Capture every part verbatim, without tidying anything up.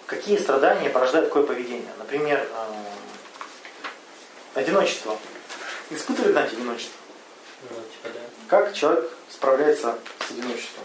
какие страдания порождают такое поведение. Например, одиночество. Испытывает, знаете, одиночество? Ну, типа, да. Как человек справляется с одиночеством?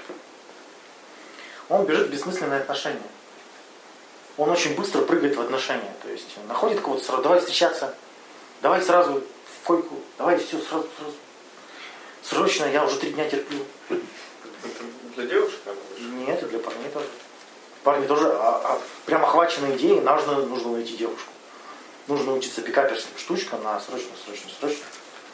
Он бежит в бессмысленные отношения. Он очень быстро прыгает в отношения. То есть находит кого-то сразу, давай встречаться, давай сразу в койку, давай все сразу, сразу. Срочно, я уже три дня терплю. Для девушек? Нет, и для парней тоже. Парни тоже а, а, прям охвачены идеей, нужно, нужно найти девушку. Нужно учиться пикаперским штучкам на срочно, срочно, срочно.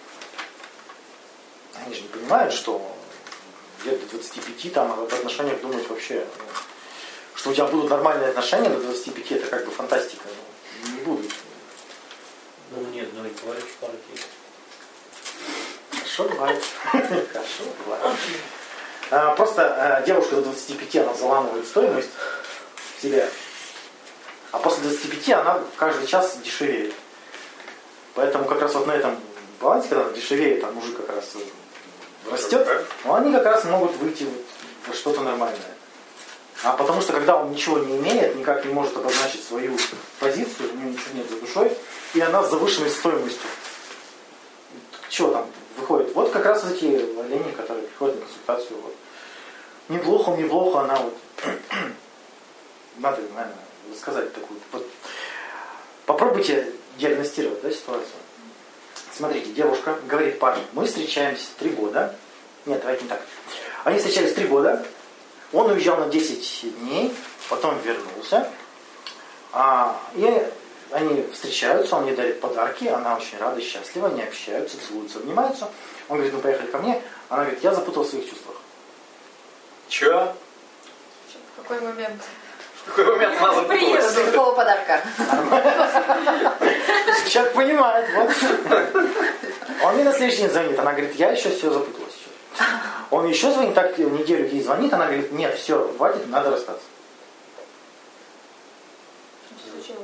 Они же не понимают, что где-то до двадцати пяти там об отношениях думать вообще, что у тебя будут нормальные отношения до двадцати пяти, это как бы фантастика. Ну, не будут. Ну нет, ну и бывает пара таких. Хорошо бывает. Хорошо бывает. Просто девушка до двадцати пяти, она заламывает стоимость себя. А после двадцати пяти она каждый час дешевеет. Поэтому как раз вот на этом балансе, когда она дешевеет, а мужик как раз растет, но они как раз могут выйти во что-то нормальное. А потому что когда он ничего не имеет, никак не может обозначить свою позицию, у него ничего нет за душой, и она с завышенной стоимостью. Чего там выходит? Вот как раз эти олени, которые приходят на консультацию. Вот. Неплохо, неплохо, она вот надо, наверное, сказать такую. Вот. Попробуйте диагностировать, да, ситуацию. Смотрите, девушка говорит парню, мы встречаемся три года. Нет, давайте не так. Они встречались три года. Он уезжал на десять дней, потом вернулся. А, и они встречаются, он ей дарит подарки, она очень рада, счастлива, они общаются, целуются, обнимаются. Он говорит, ну поехали ко мне. Она говорит, я запутал в своих чувствах. Чё? В какой момент? В какой момент она запуталась? После какого подарка? Человек понимает, вот. Он мне на следующий день звонит, она говорит, я еще все запуталась. Он еще звонит, так неделю ей звонит, она говорит, нет, все, хватит, надо расстаться. Что случилось?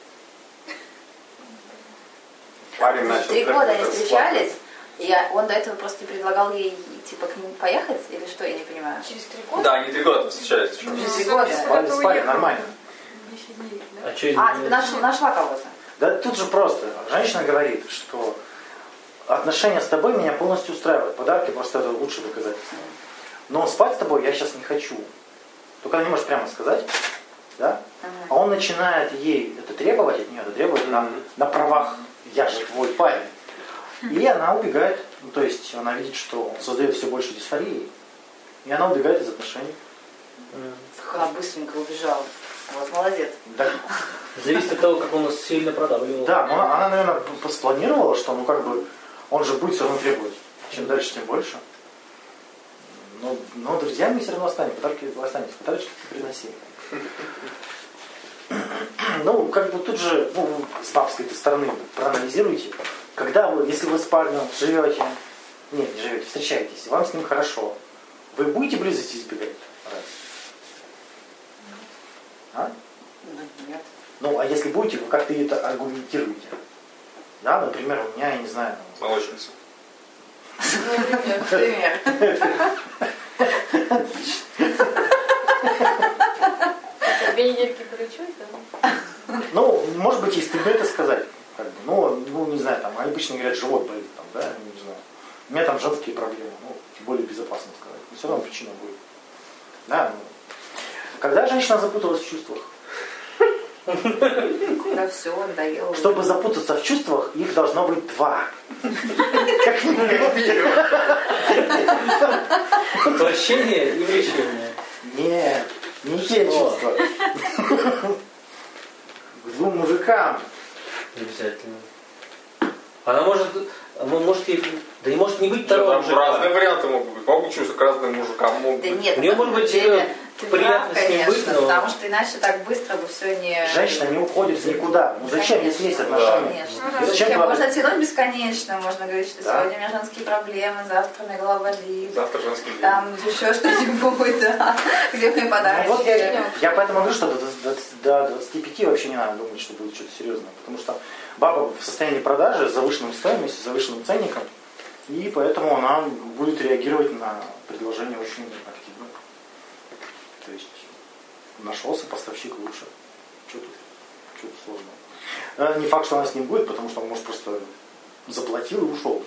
Парень начал... Три года они встречались, и он до этого просто предлагал ей типа к ним поехать, или что, я не понимаю. Через три года? Да, они три года встречались. Через три года. Спали, спали, нормально. А что, А, ты нашла, нашла кого-то? Да тут же просто. Женщина говорит, что отношения с тобой меня полностью устраивают. Подарки просто это лучшее доказательство. Но спать с тобой я сейчас не хочу. Только она не может прямо сказать. Да? Uh-huh. А он начинает ей это требовать от нее, это требовать на, на правах «я же твой парень». И она убегает. Ну, то есть она видит, что он создает все больше дисфории. И она убегает из отношений. Как она быстренько убежала. Вот, молодец. Да. зависит от того, как он нас сильно продавливал. Да, но она, она, наверное, спланировала, что ну как бы он же будет все равно требовать. Чем дальше, тем больше. Но, но друзьями все равно останемся. Подарки останемся. Подарочки приноси. Ну, как бы тут же, ну, с бабской стороны проанализируйте. Когда вы, если вы с парнем живете, нет, не живете, встречаетесь, вам с ним хорошо, вы будете близости избегать? Раз. А? Нет. Ну, а если будете, вы как-то это аргументируете. Да, например, у меня, я не знаю... Молочница. Например. Две недельки полечусь, да? Ну, может быть, и стыдно это сказать. Как бы, ну, ну, не знаю, там, обычно говорят, живот болит, там, да, не знаю. У меня там женские проблемы, ну, более безопасно сказать. Но все равно причина будет. Да, ну. Когда женщина запуталась в чувствах? Когда все, надоело. Чтобы запутаться в чувствах, их должно быть два. Как минимум. Прощение и влечение. Нет, не те чувства. К двум мужикам. Не обязательно. Она может, она может ей, да и может не быть Да, второго там мужика. разные варианты могут быть. Могут чувствовать к разным мужикам. Могут Да быть. нет, У нее может быть деле, ты приятно прав, с ним конечно, быть, но- потому что иначе так быстро бы все не... Женщина не уходит никуда. Ну зачем, если есть отношения? Конечно. Ну, И зачем Зачем? было- Можно тянуть бесконечно, можно говорить, что Да. сегодня у меня женские проблемы, завтра у меня голова болит, Завтра женский день. там еще что-нибудь, да, где мне подарки. Ну, вот я, я поэтому говорю, что до, до, до двадцати пяти вообще не надо думать, что будет что-то серьезное. Потому что баба в состоянии продажи с завышенной стоимостью, с завышенным ценником, и поэтому она будет реагировать на предложение очень активно. То есть нашелся поставщик лучше. Что тут? Что тут сложного? Не факт, что она с ним будет, потому что он, может, просто заплатил и ушел.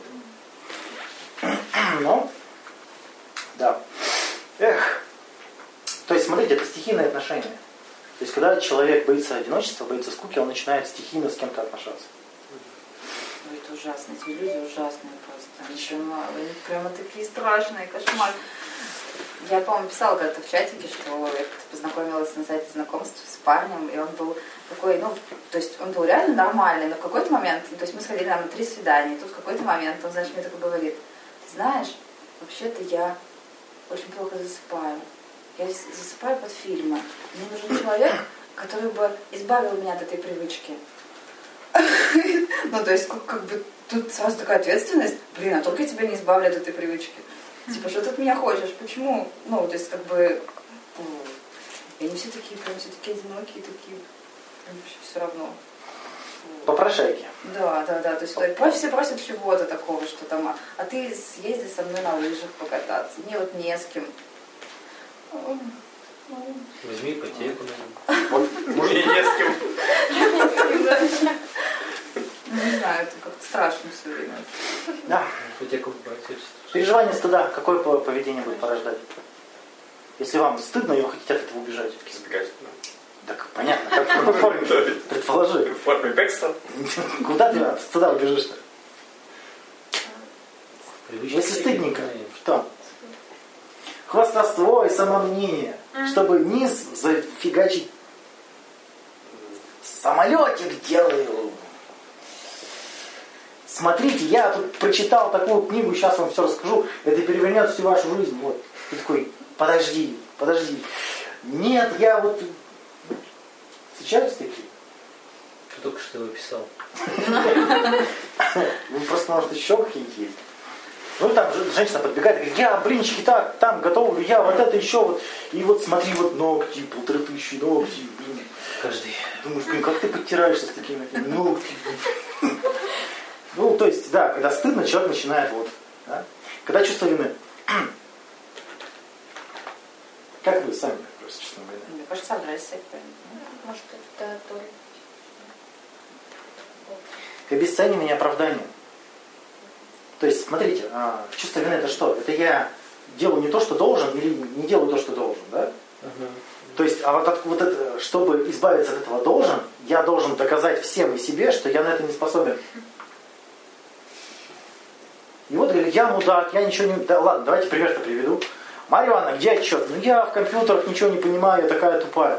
Но, да. Эх. То есть, смотрите, это стихийное отношение. То есть, когда человек боится одиночества, боится скуки, он начинает стихийно с кем-то отношаться. Ну, это ужасно. Эти люди ужасные просто. Они прямо, они прямо такие страшные, кошмар. Я, по-моему, писала когда-то в чатике, что я познакомилась на сайте знакомств с парнем, и он был такой, ну, то есть он был реально нормальный, но в какой-то момент, то есть мы сходили там на три свидания, и тут в какой-то момент он, знаешь, мне такой говорит: ты знаешь, вообще-то я очень плохо засыпаю. Я засыпаю под фильмы. Мне нужен человек, который бы избавил меня от этой привычки. Ну, то есть, как бы, тут сразу такая ответственность. Блин, а только я тебя не избавлю от этой привычки. Типа, что ты от меня хочешь? Почему? Ну, то есть, как бы, и они все такие, прям все такие одинокие, такие, вообще все равно. Попрошайки. Да, да, да. То есть, то, все просят чего-то такого, что там, а, а ты съезди со мной на лыжах покататься. Мне вот не с кем. Возьми ипотеку. Мне не с кем. Не знаю, это как-то страшно все время. Да. Ипотеку брать. Переживание стыда, какое поведение будет порождать? Если вам стыдно, и вы хотите от этого убежать. Избегать. Так понятно, как в какой форме? Предположи. В форме бекста. Куда ты от стыда убежишь-то? Если стыдненько, что? Хвастовство и самомнение. Чтобы низ зафигачить. Самолетик делаю. Смотрите, я тут прочитал такую книгу, сейчас вам все расскажу. Это перевернет всю вашу жизнь. Вот. Ты такой, подожди, подожди. Нет, я вот... Встречаются такие? Ты только что его писал. Ну, просто, может, еще какие-нибудь есть. Ну, там женщина подбегает и говорит: я блинчики так, там готовлю, я вот это еще вот. И вот смотри, вот ногти, полторы тысячи ногти, блин. Каждый. Думаешь, блин, как ты подтираешься с такими ногти? Ну, то есть, да, когда стыдно, человек начинает вот. Да? Когда чувство вины. Как вы сами просто чувство вины? Мне кажется, агрессия. Может, это то ли. К обесцениванию и оправданию. То есть, смотрите, чувство вины это что? Это я делаю не то, что должен, или не делаю то, что должен, да? Ага. То есть, а вот, от, вот это, чтобы избавиться от этого должен, я должен доказать всем и себе, что я на это не способен. И вот говорит: я мудак, я ничего не... Да ладно, давайте пример-то приведу. Марья Ивановна, где отчет? Ну я в компьютерах ничего не понимаю, я такая тупая.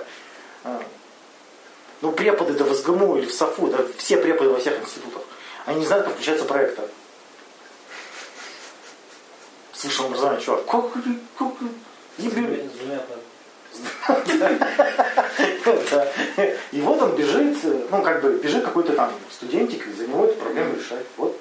Ну преподы-то в СГМУ или в САФУ, да все преподы во всех институтах, они не знают, как включается проектор. С высшим образованием, чувак. И вот он бежит, ну как бы бежит какой-то там студентик, и за него эту проблему решает. Вот.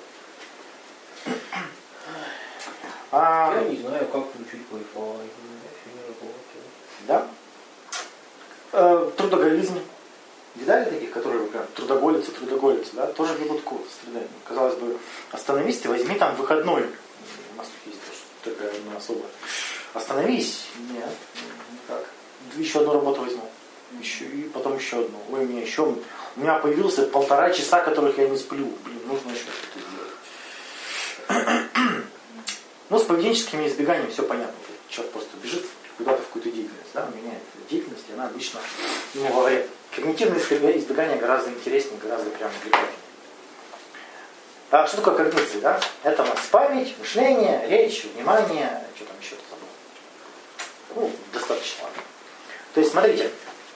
Я не знаю, как включить Wi-Fi. Не работает. Да? Э, трудоголизм. Видали таких, которые прям трудоголятся, трудоголятся, да? Тоже не будут какого-то страдания. Казалось бы, остановись ты, возьми там выходной. У нас тут есть тоже такая одна особая. Остановись. Нет, никак. Еще одну работу возьму. Еще, и потом еще одну. Ой, у меня еще... У меня появился полтора часа, которых я не сплю. Блин, нужно еще что-то сделать. Ну, с поведенческими избеганиями все понятно. Человек просто бежит куда-то в какую-то деятельность, да, меняет деятельность, и она обычно ему во вред. Когнитивное избегание гораздо интереснее, гораздо прям увлекательнее. А что такое когниция, да? Это у нас память, мышление, речь, внимание, что там еще-то забыл. Ну, достаточно. То есть, смотрите,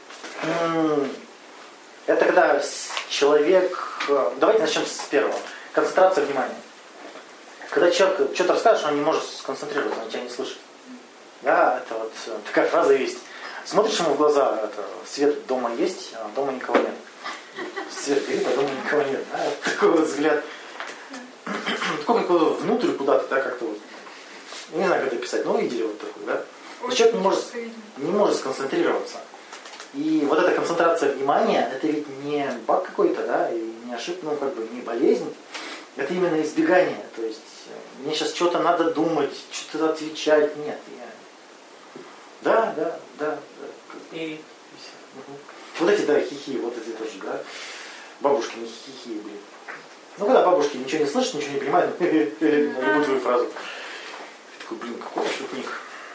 это когда человек... Давайте начнем с первого. Концентрация внимания. Когда человек что-то расскажешь, он не может сконцентрироваться, он тебя не слышит. Да, это вот такая фраза есть. Смотришь ему в глаза, это, свет дома есть, а дома никого нет. Свет горит, а дома никого нет. Да? Такой вот взгляд. Такой как внутрь куда-то, да, как-то вот. Не знаю, как это писать, но видели вот такой, да. Человек не может, не может сконцентрироваться. И вот эта концентрация внимания, это ведь не баг какой-то, да, и не ошибка, ну как бы не болезнь. Это именно избегание. То есть мне сейчас что-то надо думать, что-то отвечать. Нет, я... Да, да, да, да. И, и Угу. Вот эти, да, хихи, вот эти тоже, да. Бабушкины хихи, блин. Ну, когда бабушки ничего не слышат, ничего не понимают, на любую твою фразу. Такой, блин, какой шутник.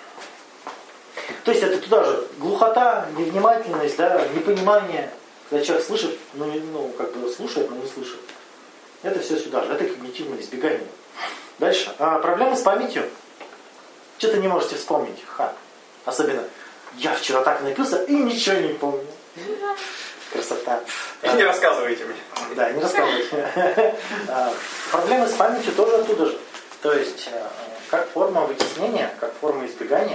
То есть это туда же глухота, невнимательность, да, непонимание. Когда человек слышит, ну, не, ну, как бы слушает, но не слышит. Это все сюда же, это когнитивное избегание. Дальше. А, проблемы с памятью. Что-то не можете вспомнить. Ха. Особенно, я вчера так напился и ничего не помню. Красота. И не рассказывайте мне. Да, не рассказывайте. Проблемы с памятью тоже оттуда же. То есть, как форма вытеснения, как форма избегания.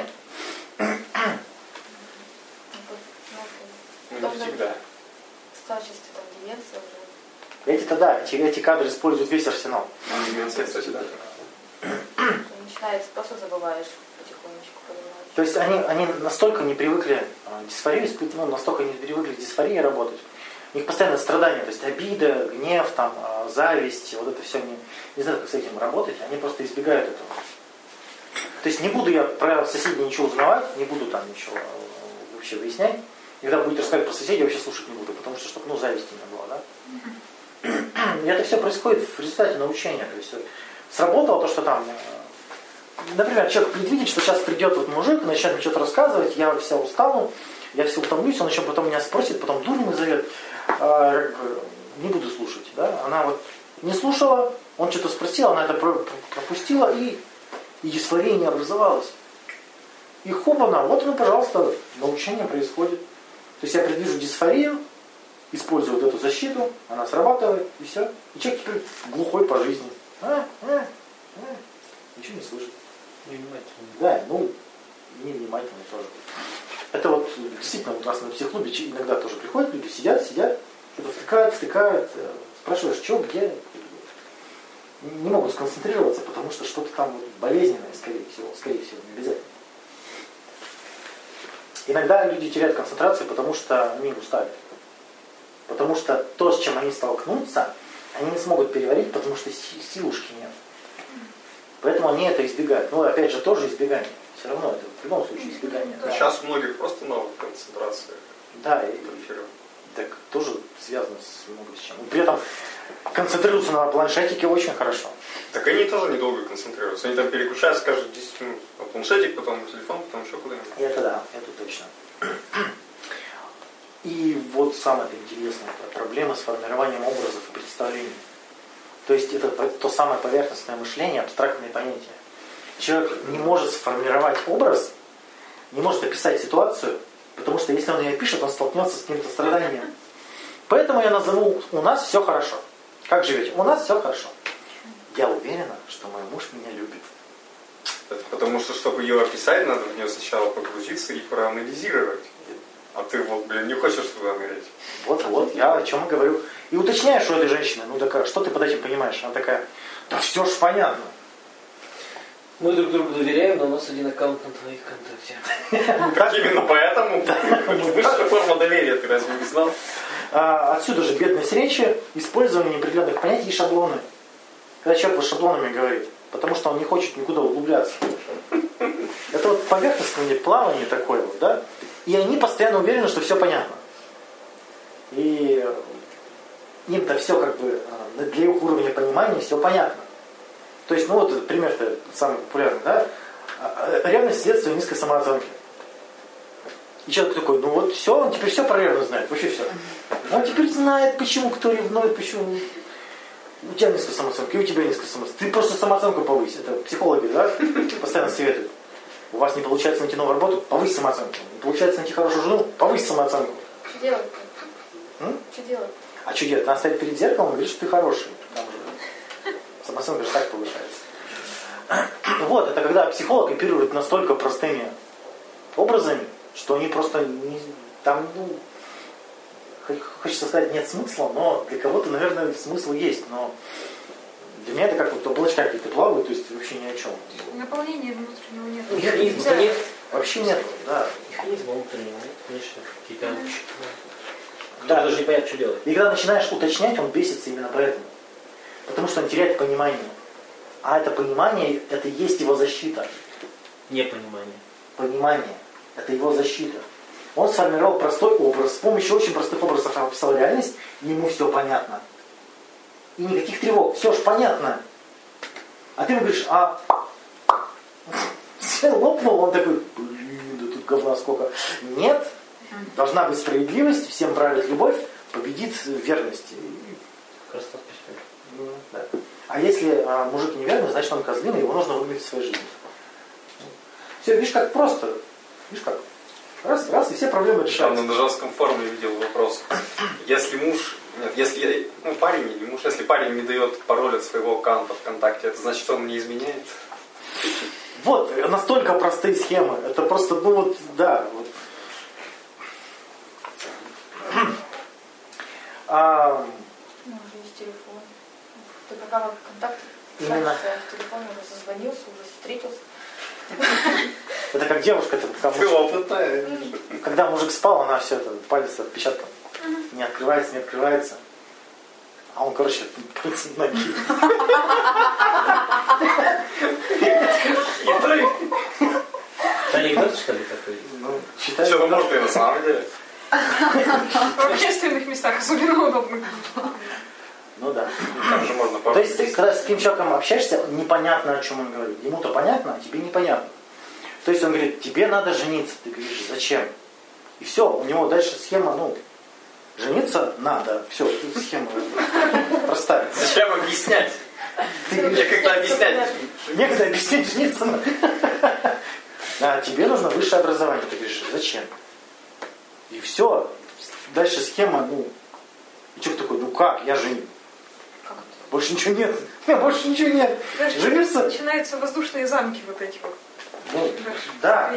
Не всегда. Старчество, там, деменция уже. Эти-то да, эти, эти кадры используют весь арсенал. Деменция, кстати, да. Начинается, просто забываешь потихонечку, понимаешь. То есть они, они настолько не привыкли дисфорию испытывать, ну, настолько не привыкли с дисфорией работать. У них постоянно страдания, то есть обида, гнев, там, зависть, вот это все, не, не знаю, как с этим работать, они просто избегают этого. То есть не буду я про соседей ничего узнавать, не буду там ничего вообще выяснять. И когда будет рассказывать про соседей, я вообще слушать не буду, потому что, чтобы, ну, зависти не было, да. И это все происходит в результате научения. То есть сработало то, что там, например, человек предвидит, что сейчас придет вот мужик, начнет мне что-то рассказывать, я вся устану, я все утомлюсь, он еще потом меня спросит, потом дурь назовет, а, не буду слушать, да. Она вот не слушала, он что-то спросил, она это пропустила, и, и дисфория не образовалась. И хопана, вот оно, пожалуйста, научение происходит. То есть я предвижу дисфорию, использую вот эту защиту, она срабатывает, и все. И человек теперь глухой по жизни. А, а, а, ничего не слышит. невнимательно. Да, ну, невнимательный тоже. Это вот действительно у нас на психклубе иногда тоже приходят люди, сидят, сидят, что-то втыкают, втыкают, спрашиваешь, что, где. Не могут сконцентрироваться, потому что что-то там вот болезненное, скорее всего, скорее всего, не обязательно. Иногда люди теряют концентрацию, потому что они устали. Потому что то, с чем они столкнутся, они не смогут переварить, потому что силушки нет. Поэтому они это избегают. Но опять же, тоже избегание. Все равно это в любом случае избегание. Да. Сейчас у многих просто навык концентрации. Да, и так тоже связано с много с чем. И при этом концентрируются на планшетике очень хорошо. Так они тоже недолго концентрируются. Они там переключаются каждые десять минут. А планшетик, потом телефон, потом еще куда-нибудь. Это да, это точно. И вот самое интересное, это проблема с формированием образов и представлений. То есть это то самое поверхностное мышление, абстрактные понятия. Человек не может сформировать образ, не может описать ситуацию, потому что если он ее пишет, он столкнется с каким-то страданием. Поэтому я назову «У нас все хорошо». Как живете? У нас все хорошо. Я уверена, что мой муж меня любит. Это потому что, чтобы ее описать, надо в нее сначала погрузиться и проанализировать. А ты вот, блин, не хочешь туда нырять. Вот-вот, я о чем и говорю. И уточняешь у этой женщины, ну такая, что ты под этим понимаешь? Она такая, да все ж понятно. Мы друг другу доверяем, но у нас один аккаунт на твоих ВКонтакте. Так именно поэтому высшая форма доверия, ты разве не знал? Отсюда же бедность речи, использование неопределенных понятий и шаблоны. Когда человек вот шаблонами говорит, потому что он не хочет никуда углубляться. Это вот поверхностное плавание такое вот, да? И они постоянно уверены, что все понятно. И им-то все как бы для их уровня понимания все понятно. То есть, ну вот пример-то самый популярный, да? Ревность следствие низкой самооценки. И человек такой, ну вот все, он теперь все про ревность знает, вообще все. Он теперь знает, почему кто ревнует, почему у тебя низкая самооценка, и у тебя низкая самооценка. Ты просто самооценку повысь. Это психологи, да? Постоянно советуют. У вас не получается найти новую работу, повысь самооценку. Не получается найти хорошую жену, повысь самооценку. Что делать-то? М? Что делать? А что делать? Надо стоять перед зеркалом и говорить, что ты хороший. Там же самооценка же так повышается. Вот, это когда психолог оперирует настолько простыми образами, что они просто не, там, ну, хочется сказать, нет смысла, но для кого-то, наверное, смысл есть. Но для меня это как вот облачка какие-то плавают, то есть вообще ни о чем. Наполнения внутреннего нет. Механизма нет. Вообще нет, да. Механизма внутреннего нет, конечно. Какие-то... Да. Даже не понятно, что делать. И когда начинаешь уточнять, он бесится именно поэтому. Потому что он теряет понимание. А это понимание, это и есть его защита. Непонимание. Понимание. Это его защита. Он сформировал простой образ, с помощью очень простых образов описал реальность, и ему все понятно. И никаких тревог, все ж понятно. А ты ему говоришь, а... Все лопнул, он такой, блин, да тут говна сколько. Нет, должна быть справедливость, всем правит любовь, победит верность. Как раз так письмо. Ну, да. А если а, мужик неверный, значит он козлиный, его нужно выгнать в своей жизни. Все, видишь, как просто. Видишь, как? Раз, раз, и все проблемы Там решаются. на женском форуме видел вопрос. Если муж, нет, если, ну, парень или муж, если парень не дает пароль от своего аккаунта ВКонтакте, это значит, что он не изменяет? Вот, настолько простые схемы. Это просто, ну вот, да. Вот. А, Ну, уже есть телефон. Ты пока в контакте Именно. шаришься, в телефоне уже созвонился, уже встретился. это как девушка, это, когда, Ты мужик, опытная. когда мужик спал, она все это, палец отпечатком. Не открывается, не открывается. А он, короче, пальцы ноги. Это анекдот, что ли, такой? Ну, считай, Что, ну может и на самом деле. В общественных местах особенно удобно. ну да. Там же можно То есть ты, пароль. когда с таким человеком общаешься, непонятно, о чем он говорит. Ему-то понятно, а тебе непонятно. То есть он говорит, тебе надо жениться. Ты говоришь, зачем? И все, у него дальше схема, ну, жениться надо. Все, тут схема простая. Зачем объяснять? Ты Я говоришь, когда объяснять? некогда объяснить жениться надо. А тебе нужно высшее образование. Ты говоришь, зачем? И все. Дальше схема, ну, и человек такой, ну как, я же больше ничего нет. Больше ничего нет. Дальше Жениться? начинаются воздушные замки вот эти вот. Ну, да.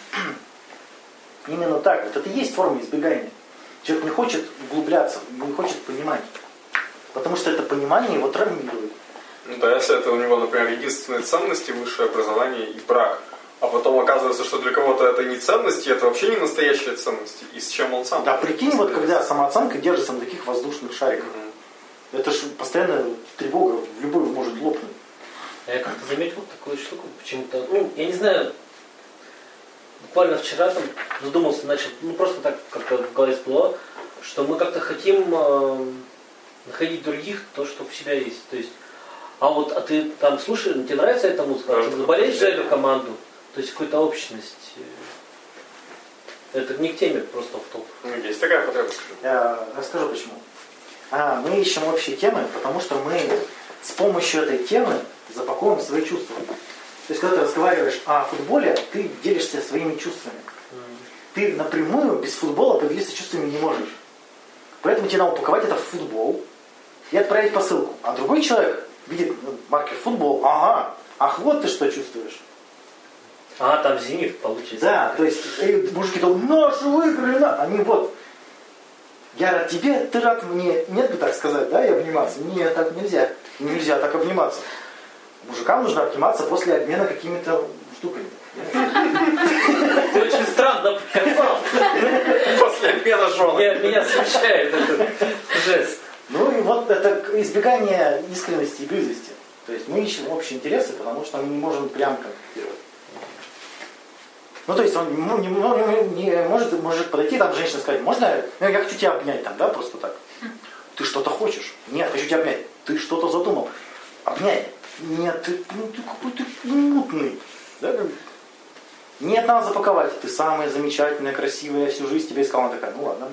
Именно так. Вот это и есть форма избегания. Человек не хочет углубляться, не хочет понимать. Потому что это понимание его травмирует. Ну да, если это у него, например, единственные ценности, высшее образование и брак, а потом оказывается, что для кого-то это не ценности, это вообще не настоящие ценности, и с чем он сам. Да прикинь, вот когда самооценка держится на таких воздушных шариках. Мгм. Это же постоянно тревога в любой может лопнуть. Я как-то заметил такую штуку, почему-то, ну, я не знаю, буквально вчера там задумался, начал, ну, просто так как-то в голове всплыло, что мы как-то хотим э, находить других то, что в себя есть. То есть, а вот, а ты там слушаешь, тебе нравится эта музыка, а ты болеешь за эту команду, то есть какую-то общность. Это не к теме, просто в топ. Ну, есть такая потребность. Я расскажу почему. А, мы ищем общие темы, потому что мы с помощью этой темы запаковываем свои чувства. То есть, когда ты разговариваешь о футболе, ты делишься своими чувствами. Ты напрямую без футбола поделиться чувствами не можешь. Поэтому тебе надо упаковать это в футбол и отправить посылку. А другой человек видит ну, маркер футбол, ага, ах, вот ты что чувствуешь. А, там «Зенит» получится. Да, то есть э, мужики думают, наши выиграли, на. Они вот, я рад тебе, ты рад мне. Нет бы так сказать, да, и обниматься? Нет, так нельзя. Нельзя так обниматься. Мужикам нужно обниматься после обмена какими-то штуками. Ты очень странно показал. После обмена жен. Меня, меня смущает этот жест. Ну и вот это избегание искренности и близости. То есть мы ищем общие интересы, потому что мы не можем прям контактировать. Ну то есть он ну, не, ну, не может мужик подойти, там женщина сказать, можно ну, я хочу тебя обнять там, да, просто так. Ты что-то хочешь? Нет, хочу тебя обнять. Ты что-то задумал? Обнять. Нет, ты, ну, ты какой-то мутный. Да? Нет, надо запаковать. Ты самая замечательная, красивая, я всю жизнь тебя искала. Она такая, ну ладно,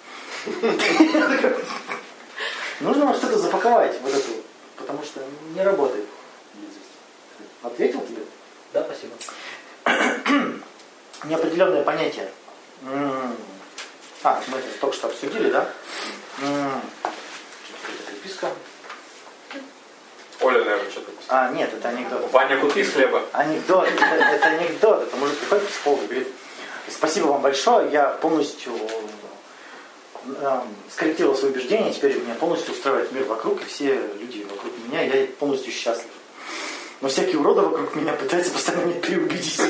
обнимай. Нужно что-то запаковать вот эту, потому что не работает близость. Ответил тебе? Да, спасибо. Неопределенное понятие. М-м. А, мы это только что обсудили, да? М-м. Какая-то переписка. Оля, наверное, что-то писала. А, нет, это анекдот. Ваня, купи хлеба. Анекдот, это, это анекдот. Это мужик приходит к психологу и говорит, спасибо вам большое, я полностью э, скорректировал свои убеждения, теперь меня полностью устраивает мир вокруг, и все люди вокруг меня, я полностью счастлив. Но всякие уроды вокруг меня пытаются постоянно меня переубедить.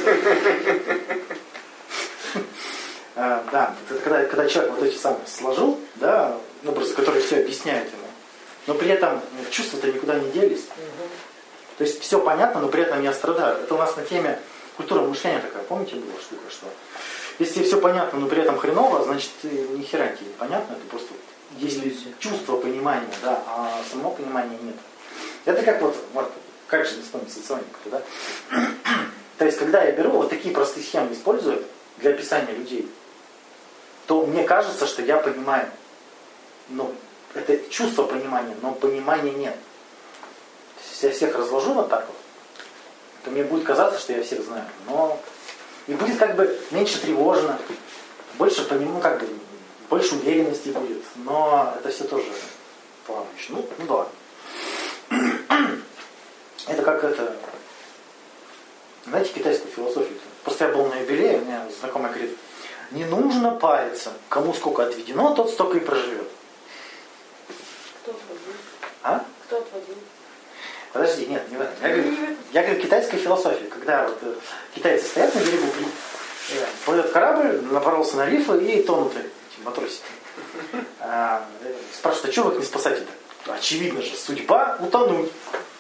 Да, это когда, когда человек вот эти самые сложил, да, образы, которые все объясняют ему, но при этом чувства-то никуда не делись. То есть все понятно, но при этом я страдаю. Это у нас на теме культура мышления такая, помните, была штука, что Если тебе все понятно, но при этом хреново, значит, ты ни хера тебе не понятно, это просто есть Иллюзия. чувство понимания, да, а самого понимания нет. Это как вот, вот как же не вспомнить соционику, да? То есть, когда я беру вот такие простые схемы, использую для описания людей, то мне кажется, что я понимаю. Но это чувство понимания, но понимания нет. То есть, если я всех разложу вот так вот, то мне будет казаться, что я всех знаю. Но и будет как бы меньше тревожно, больше поним... ну, как бы, больше уверенности будет. Но это все тоже плавающе. Ну, ну да ладно. Это как это... Знаете, китайскую философию? Просто я был на юбилее, у меня знакомый говорит, не нужно париться. Кому сколько отведено, тот столько и проживет. Кто отводил? А? Кто отводил? Подожди, нет, не в этом. Я говорю, я говорю китайская философия. Когда вот, э, китайцы стоят на берегу, э, плывет корабль, напоролся на рифы и тонут эти матросики. А, э, спрашивают, а что вы их не спасаете-то? Очевидно же, судьба утонуть.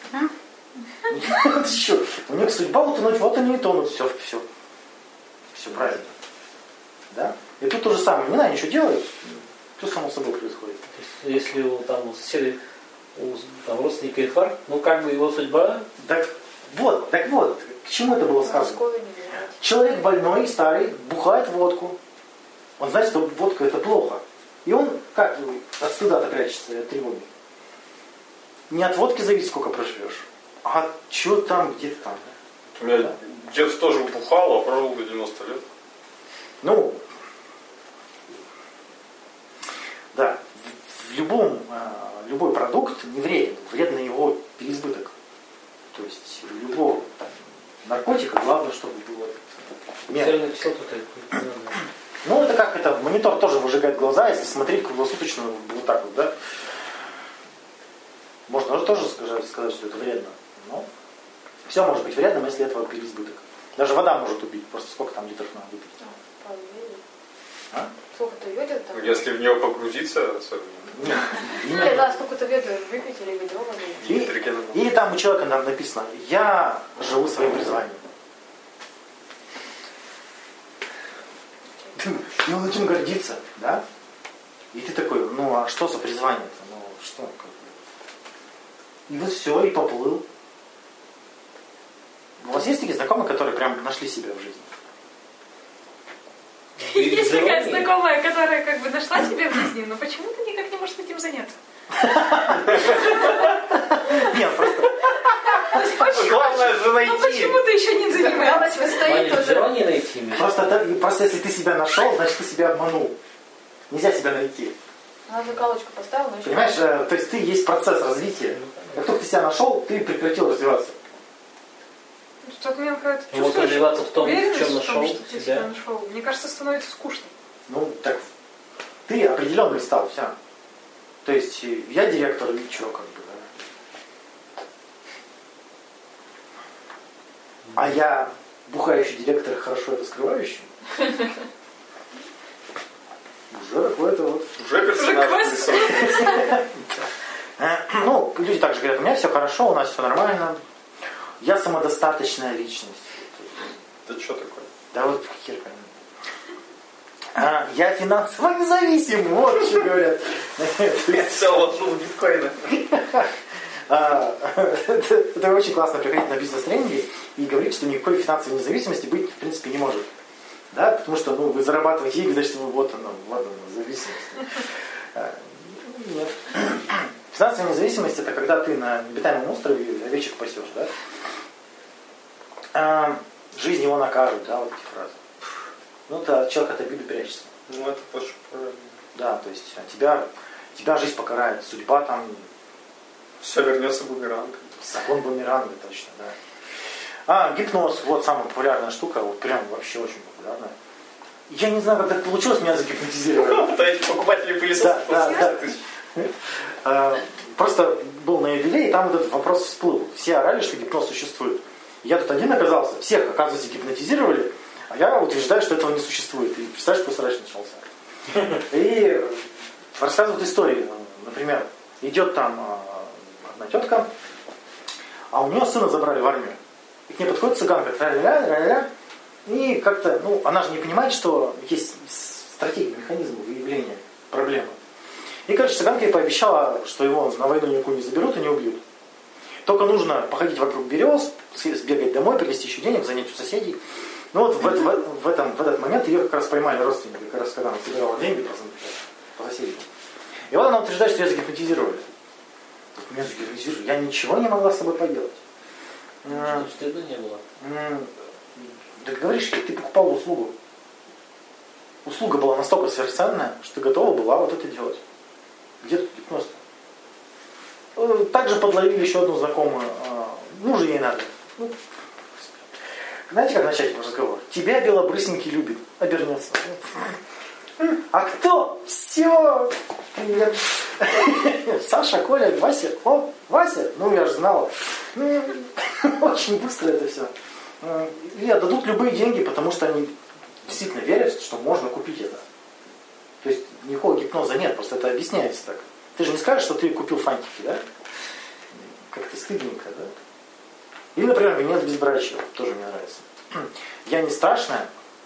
У них судьба утонуть, вот они и тонут. Все, все. Все правильно. Да? И тут то же самое. Не надо ничего делать. Все само собой происходит. То есть, если у, там, у соседей, у там, родственника инфаркт, ну как бы его судьба... Так вот, так вот, к чему это было сказано? Человек больной, старый, бухает водку. Он знает, что водка это плохо. И он как от стыда-то прячется, от тревоги. Не от водки зависит, сколько проживешь. А что там, где-то там? У меня да. дед тоже бухал, а прожил до девяноста лет. Ну, да, в, в любом, э, любой продукт не вреден, вредно его переизбыток. То есть любого там, наркотика, главное, чтобы было мерно. Ну, это как это, монитор тоже выжигает глаза, если смотреть круглосуточно вот так вот, да. Можно же тоже сказать, сказать, что это вредно. Но все может быть вредным, если этого переизбыток. Даже вода может убить, просто сколько там литров надо выпить. А? Сколько-то ведер там? Если в нее погрузиться, особенно. Нет, Или да, сколько-то ведер выпить или ведро воды. И, или там у человека там написано, я живу своим призванием. И он этим гордится, да? И ты такой, ну а что за призвание-то? Ну что? Как бы? И вот все, и поплыл. У вас есть такие знакомые, которые прям нашли себя в жизни? Есть такая знакомая, которая как бы нашла себя в жизни, но почему-то никак не может этим заняться. Нет, просто... Главное же найти. Ну почему-то еще не занимается. Ваня, все равно не найти. Просто, просто если ты себя нашел, значит ты себя обманул. Нельзя себя найти. Она же галочку поставила, но еще... Понимаешь, э, то есть ты есть процесс развития. Как только ты себя нашел, ты прекратил развиваться. В тот момент, когда ты Ну, вот чувствуешь развиваться в том, в уверенность чем в том, нашел что ты себя. себя нашел, мне кажется, становится скучно. Ну, так ты определенный стал, все. То есть э, я директор, и что, как бы, да. А я бухающий директор, хорошо это скрывающий. Уже какой-то вот... Уже персонаж нарисован. Ну, люди также говорят, у меня все хорошо, у нас все нормально. Я самодостаточная личность. Да что такое? Да вот хер пойми. А, я финансово независим, вот что говорят. Все лотнул биткоина. А, это, это очень классно приходить на бизнес-тренинги и говорить, что никакой финансовой независимости быть в принципе не может. Да? Потому что ну, вы зарабатываете деньги, значит вы вот оно, вот оно, зависимость. А, нет. Финансовая независимость это когда ты на необитаемом острове овечек пасешь, да? А, жизнь его накажет, да, вот эти фразы. Ну, это человек от обиды прячется. Ну, это тоже правильно. Да, то есть тебя, тебя жизнь покарает, судьба там... Все вернется бумеранг. Закон бумеранга, точно, да. А, гипноз, вот самая популярная штука, вот прям вообще очень популярная. Я не знаю, как так получилось, меня загипнотизировали. Это эти покупатели пылесосов. Да, да, да. Просто был на юбилее, и там вот этот вопрос всплыл. Все орали, что гипноз существует. Я тут один оказался, всех, оказывается, гипнотизировали, а я утверждаю, что этого не существует. И представляешь, какой срач начался. И рассказывают истории. Например, идет там одна тетка, а у нее сына забрали в армию. И к ней подходит цыганка, тра-ля-ля, тра-ля-ля, И как-то, ну, она же не понимает, что есть стратегия, механизм выявления проблемы. И, короче, цыганка ей пообещала, что его на войну никуда не заберут и не убьют. Только нужно походить вокруг берез, сбегать домой, принести еще денег, занять у соседей. Ну вот в, в, в, этом, в этот момент ее как раз поймали родственники, как раз когда она собирала деньги просто по соседям. И вот она утверждает, что ее загипнотизировали. Меня загипнотизировали. Я ничего не могла с собой поделать. Что стыдно не было? Да говоришь, ты покупала услугу. Услуга была настолько сверхценная, что ты готова была вот это делать. Где тут гипноз? Также подловили еще одну знакомую. Мужа ей надо. Ну, знаете, как начать разговор? Тебя белобрысенький любит. Обернется. А кто? Все. Привет. Саша, Коля, Вася. О, Вася. Ну, я же знала. Очень быстро это все. И отдадут любые деньги, потому что они действительно верят, что можно купить это. То есть никакого гипноза нет, просто это объясняется так. Ты же не скажешь, что ты купил фантики, да? Как-то стыдненько, да? Или, например, венец безбрачия, тоже мне нравится. Я не страшная,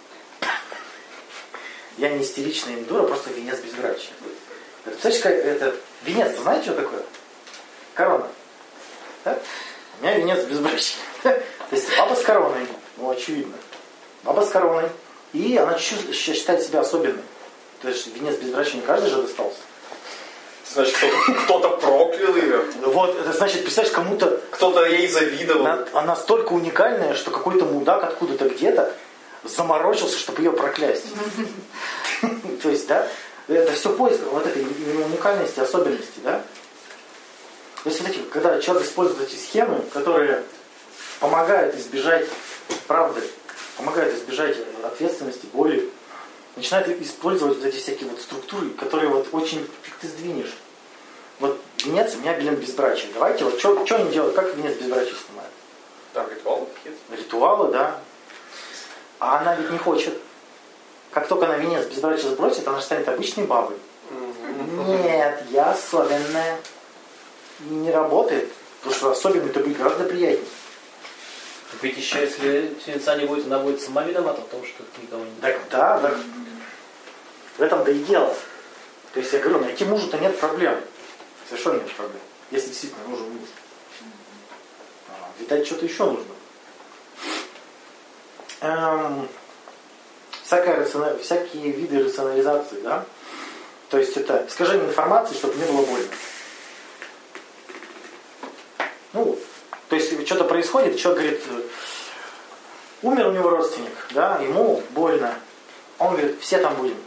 я не истеричная, не дура, просто венец безбрачия. Представляешь, как это... Венец, знаете, что такое? Корона. Да? У меня венец безбрачия. То есть баба с короной, ну, очевидно. Баба с короной. И она считает себя особенной. То есть венец безбрачия не каждый же достался. Значит, кто-то, кто-то проклял ее. Вот, это значит, представляешь, кому-то... Кто-то ей завидовал. Она, она настолько уникальная, что какой-то мудак откуда-то где-то заморочился, чтобы ее проклясть. То есть, да, это все поиск вот этой уникальности, особенности, да. То есть, смотрите, когда человек использует эти схемы, которые помогают избежать правды, помогают избежать ответственности, боли, начинает использовать вот эти всякие вот структуры, которые вот очень ты сдвинешь. Вот венец у меня, блин, безбрачие. Давайте вот что они делают, как венец безбрачия снимают? Там ритуалы какие-то? Ритуалы, да. А она ведь не хочет. Как только она венец безбрачия сбросит, она же станет обычной бабой. Нет, я особенная. Не работает, потому что особенной-то будет гораздо приятнее. Так ведь еще, если венца не будет, она будет сама виновата в том, что это никого не... Так, да, да. В этом-то и дело. То есть я говорю, найти мужа-то нет проблем. Совершенно нет проблем. Если действительно нужен муж. А, видать, что-то еще нужно. Эм, всякая рациона... Всякие виды рационализации, да? То есть это искажение информации, чтобы не было больно. Ну, то есть что-то происходит, человек говорит, умер у него родственник, да, ему больно. Он говорит, все там будем.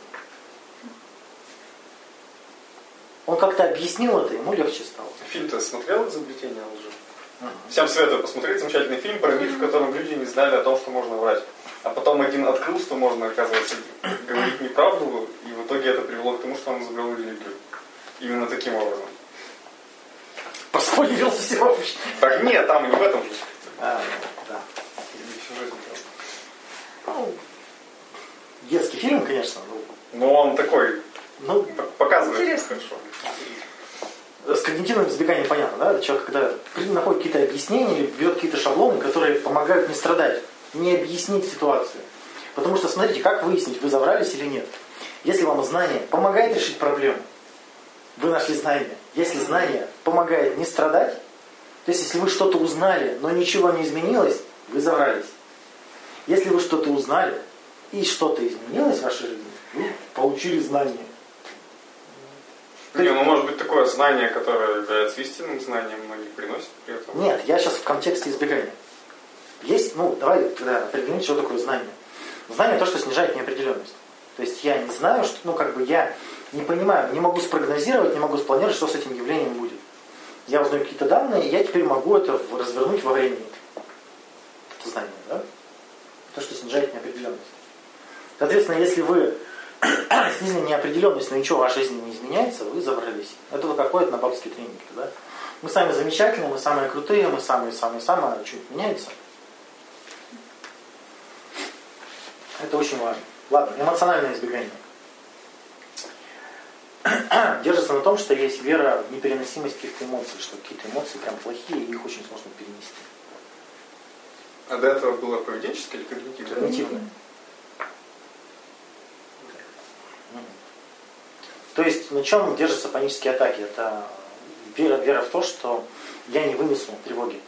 Он как-то объяснил это, ему легче стало. Фильм-то смотрел «Изобретение лжи»? Uh-huh. Всем советую посмотреть. Замечательный фильм про мир, в котором люди не знали о том, что можно врать. А потом один открыл, что можно, оказывается, говорить неправду, и в итоге это привело к тому, что он изобрел религию. Именно таким образом. Поспойлерил все вообще. Так нет, там и не в этом же. А, да. Всю жизнь. Ну, детский фильм, конечно. Ну, Но он такой, ну, показывает интересно. хорошо. С когнитивным избеганием понятно, да? Человек, когда находит какие-то объяснения или берет какие-то шаблоны, которые помогают не страдать, не объяснить ситуацию. Потому что, смотрите, как выяснить, вы заврались или нет. Если вам знание помогает решить проблему, вы нашли знание. Если знание помогает не страдать, то есть если вы что-то узнали, но ничего не изменилось, вы заврались. Если вы что-то узнали и что-то изменилось в вашей жизни, вы получили знание. Не, ну может быть такое знание, которое является истинным знанием, но не приносит при этом. Нет, я сейчас в контексте избегания. Есть, ну, давай тогда определить, что такое знание. Знание то, что снижает неопределенность. То есть я не знаю, что, ну, как бы я не понимаю, не могу спрогнозировать, не могу спланировать, что с этим явлением будет. Я узнаю какие-то данные, и я теперь могу это развернуть во времени. Это знание, да? То, что снижает неопределенность. Соответственно, если вы снизили неопределенность, но ничего в вашей жизни не изменяется, вы забрались. Это вот как ходят на бабские тренинги, да? Мы сами замечательные, мы самые крутые, мы самые-самые-самые, а что-нибудь меняется. Это очень важно. Ладно, эмоциональное избегание. Держится на том, что есть вера в непереносимость каких-то эмоций, что какие-то эмоции прям плохие, и их очень сложно перенести. А до этого было поведенческое или когнитивное? Когнитивное. То есть на чем держатся панические атаки? Это вера, вера в то, что я не вынесу тревоги.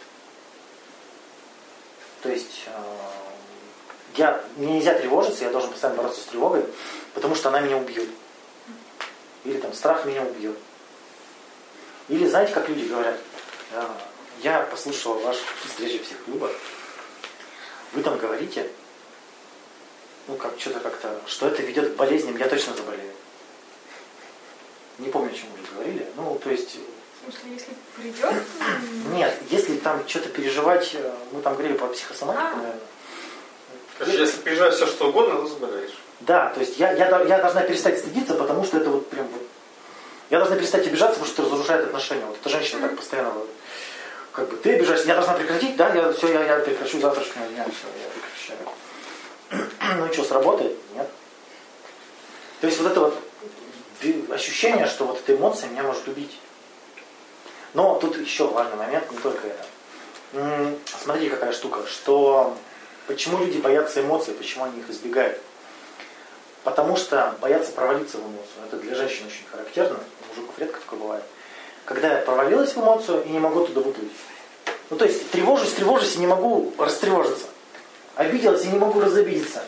То есть э, я, мне нельзя тревожиться, я должен постоянно бороться с тревогой, потому что она меня убьет. Или там страх меня убьет. Или знаете, как люди говорят, э, я послушал вашу встречу психклуба, вы там говорите, ну как что-то как-то, что это ведет к болезням, я точно заболею. Не помню, о чем уже говорили. Ну, то есть... В смысле, если придет? Нет, если там что-то переживать, мы там говорили про психосоматику, А. наверное. Короче, если переживать все, что угодно, то заболеешь. Да, то есть я, я, я должна перестать стыдиться, потому что это вот прям вот... Я должна перестать обижаться, потому что это разрушает отношения. Вот эта женщина так постоянно вот, как бы, ты обижаешься, я должна прекратить, да, я, все, я, я прекращу с завтрашнего дня, все, я прекращаю. Ну и что, сработает? Нет. То есть вот это вот ощущение, что вот эта эмоция меня может убить. Но тут еще важный момент, не только это. Смотрите, какая штука, что почему люди боятся эмоций, почему они их избегают. Потому что боятся провалиться в эмоцию. Это для женщин очень характерно, у мужиков редко такое бывает. Когда я провалилась в эмоцию и не могу туда выплыть. Ну то есть тревожусь, тревожусь и не могу растревожиться. Обиделась и не могу разобидеться.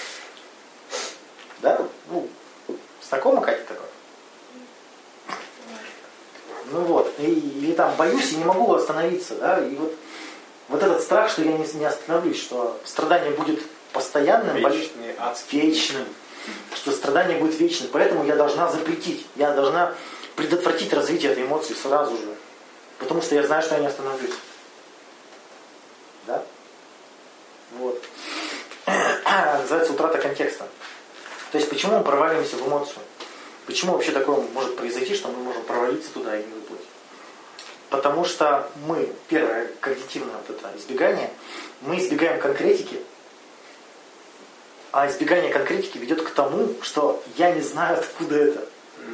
Да? Ну, знакомо, Катя, такое? Ну вот, и, или там боюсь и не могу остановиться, да, и вот, вот этот страх, что я не, не остановлюсь, что страдание будет постоянным, Вечный, адский. вечным, что страдание будет вечным, поэтому я должна запретить, я должна предотвратить развитие этой эмоции сразу же, потому что я знаю, что я не остановлюсь. Да? Вот. Называется утрата контекста. То есть почему мы проваливаемся в эмоцию? Почему вообще такое может произойти, что мы можем провалиться туда и не выплыть? Потому что мы, первое, когнитивное вот это избегание, мы избегаем конкретики, а избегание конкретики ведет к тому, что я не знаю, откуда это.